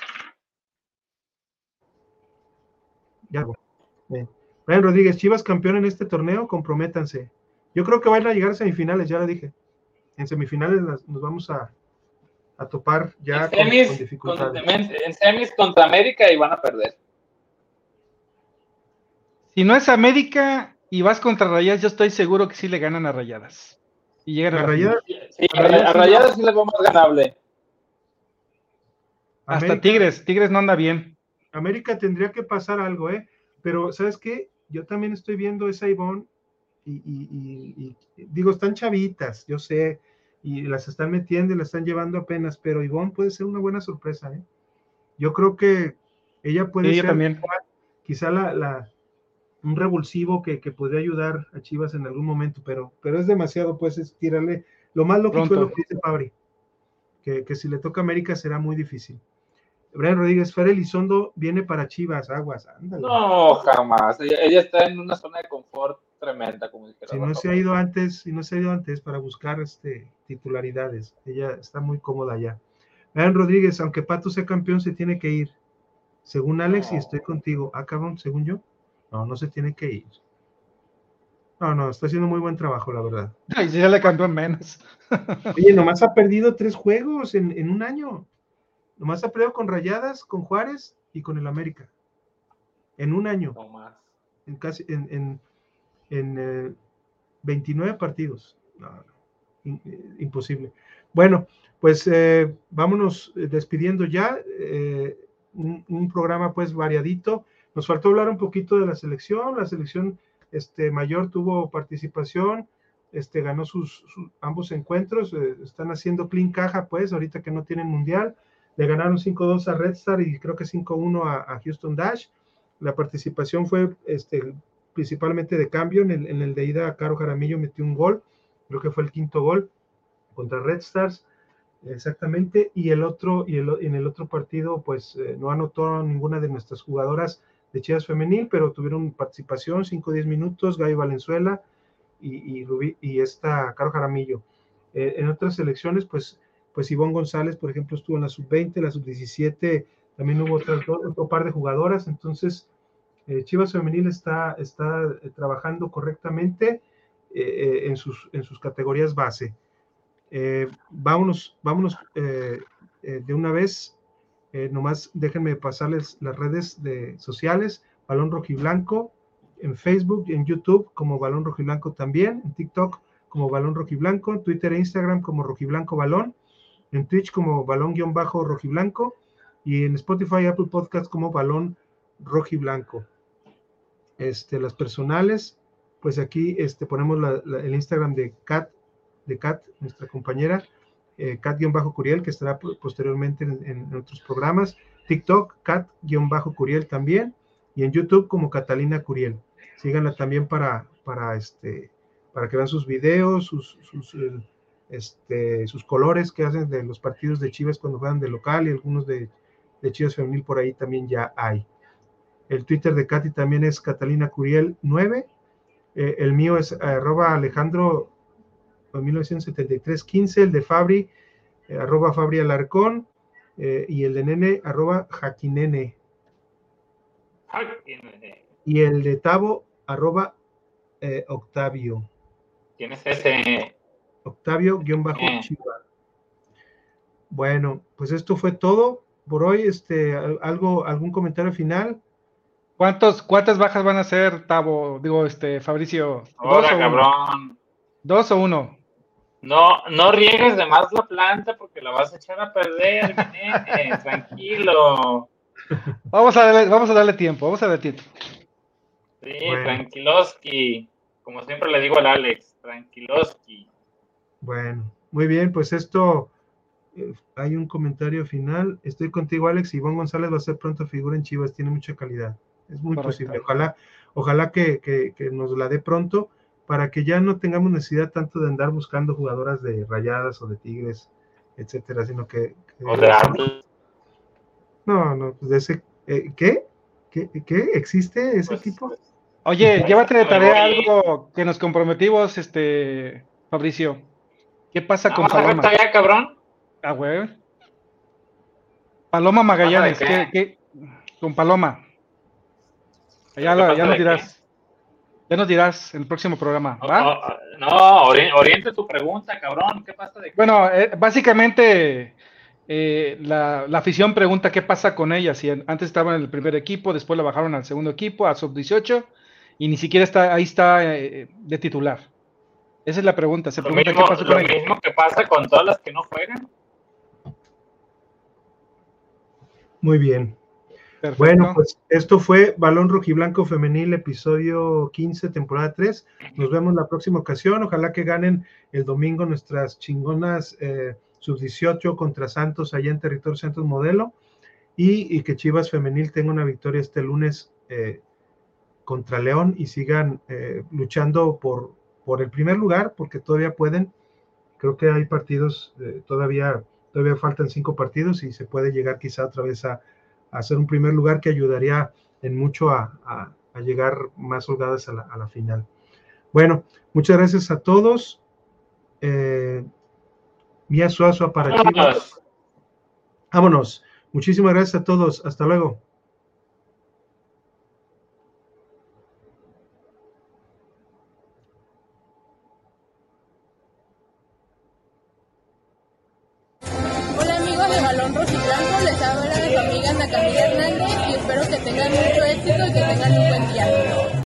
Ya. Brian Rodríguez, Chivas campeón en este torneo, comprométanse. Yo creo que van a llegar a semifinales, ya lo dije. En semifinales nos vamos a topar ya con dificultades. En semis contra América y van a perder. Si no es América y vas contra Rayadas, yo estoy seguro que sí le ganan a Rayadas. Y llegan a Rayadas. Sí, a Rayadas sí les va más ganable. Hasta Tigres no anda bien. América tendría que pasar algo, pero ¿sabes qué? Yo también estoy viendo esa Ivonne y digo, están chavitas, yo sé, y las están metiendo y las están llevando apenas, pero Ivonne puede ser una buena sorpresa, Yo creo que ella puede ser también. Quizá un revulsivo que podría ayudar a Chivas en algún momento, pero es demasiado, pues, es tirarle. Lo más lógico es lo que dice Fabri, que si le toca a América será muy difícil. Brian Rodríguez, Fer Elizondo viene para Chivas, aguas, ándale. No, jamás. Ella está en una zona de confort tremenda, como dijera. Si no se ha ido antes para buscar titularidades, ella está muy cómoda ya. Brian Rodríguez, aunque Pato sea campeón, se tiene que ir. Según Alex, y estoy contigo. Cabrón, según yo, no se tiene que ir. No, está haciendo muy buen trabajo, la verdad. Ay, si ya le campeón menos. Oye, nomás ha perdido 3 juegos en un año. Nomás ha perdido con Rayadas, con Juárez y con el América. En un año. No más. En 29 partidos. No, imposible. Bueno, pues vámonos despidiendo ya. Un programa pues variadito. Nos faltó hablar un poquito de la selección. La selección mayor tuvo participación. Ganó ambos encuentros. Están haciendo clean caja, pues, ahorita que no tienen mundial. Le ganaron 5-2 a Red Star y creo que 5-1 a Houston Dash. La participación fue principalmente de cambio. En el de ida, Caro Jaramillo metió un gol, creo que fue el 5º gol contra Red Stars. Exactamente, y en el otro partido, pues no anotó ninguna de nuestras jugadoras de Chivas Femenil, pero tuvieron participación, 5 o 10 minutos, Gaby Valenzuela y esta Caro Jaramillo. En otras selecciones, pues Ivonne González, por ejemplo, estuvo en la sub-20, la sub-17, también hubo otro par de jugadoras, entonces Chivas Femenil está trabajando correctamente en sus categorías base. Vámonos de una vez, nomás déjenme pasarles las redes sociales, Balón Rojiblanco, en Facebook, en YouTube como Balón Rojiblanco también, en TikTok como Balón Rojiblanco, en Twitter e Instagram como Rojiblanco Balón, en Twitch como Balón-Rojiblanco y en Spotify y Apple Podcast como Balón Rojiblanco. Las personales, pues aquí ponemos el Instagram de Kat, nuestra compañera, Kat-Curiel, que estará posteriormente en otros programas, TikTok, Kat-Curiel también, y en YouTube como Catalina Curiel. Síganla también para que vean sus videos, sus colores que hacen de los partidos de Chivas cuando juegan de local, y algunos de Chivas Femenil por ahí también ya hay. El Twitter de Katy también es Catalina Curiel 9, el mío es @Alejandro 1973-15, el de Fabri, @Fabri Alarcón, y el de Nene, @Jaquinene. Y el de Tavo, @Octavio. ¿Quién es ese? Octavio-Chiva. Bueno, pues esto fue todo por hoy. ¿Algún comentario final? ¿Cuántas bajas van a ser, Tavo? Digo, Fabricio. Hola, cabrón. 2 o 1. No riegues de más la planta porque la vas a echar a perder, tranquilo. Vamos a darle tiempo, Sí, bueno. Tranquiloski. Como siempre le digo al Alex, tranquiloski. Bueno, muy bien, pues esto, hay un comentario final. Estoy contigo, Alex. Ivonne González va a ser pronto figura en Chivas, tiene mucha calidad. Es muy posible. Ojalá que nos la dé pronto, para que ya no tengamos necesidad tanto de andar buscando jugadoras de Rayadas o de Tigres, etcétera, sino que o de Atlas. No, pues de ese, ¿qué? ¿Existe ese equipo? Oye, llévate de tarea algo que nos comprometimos, Fabricio. ¿Qué pasa con Paloma? ¿Vamos a tarea, cabrón? Güey. Paloma Magallanes, ¿qué? Con Paloma. Ya nos dirás. Ya nos dirás en el próximo programa, ¿va? No, oriente tu pregunta, cabrón. ¿Qué pasa de qué? Bueno, básicamente la afición pregunta qué pasa con ella. Si antes estaba en el primer equipo, después la bajaron al segundo equipo, a sub-18, y ni siquiera está de titular. Esa es la pregunta. Se pregunta qué pasa con ella. Lo mismo que pasa con todas las que no juegan. Muy bien. Perfecto. Bueno, pues esto fue Balón Rojiblanco Femenil, episodio 15, temporada 3. Nos vemos la próxima ocasión. Ojalá que ganen el domingo nuestras chingonas sub-18 contra Santos allá en territorio Santos Modelo, y que Chivas Femenil tenga una victoria este lunes contra León y sigan luchando por el primer lugar, porque todavía pueden. Creo que hay partidos, todavía faltan 5 partidos y se puede llegar quizá otra vez a hacer un primer lugar que ayudaría en mucho a llegar más holgadas a la final. Bueno, muchas gracias a todos. Mía Suazua para Chivas. Vámonos. Muchísimas gracias a todos. Hasta luego. Hola amigos de Balón Rojiblanco, les habla de su amiga Ana Camila Hernández y espero que tengan mucho éxito y que tengan un buen día.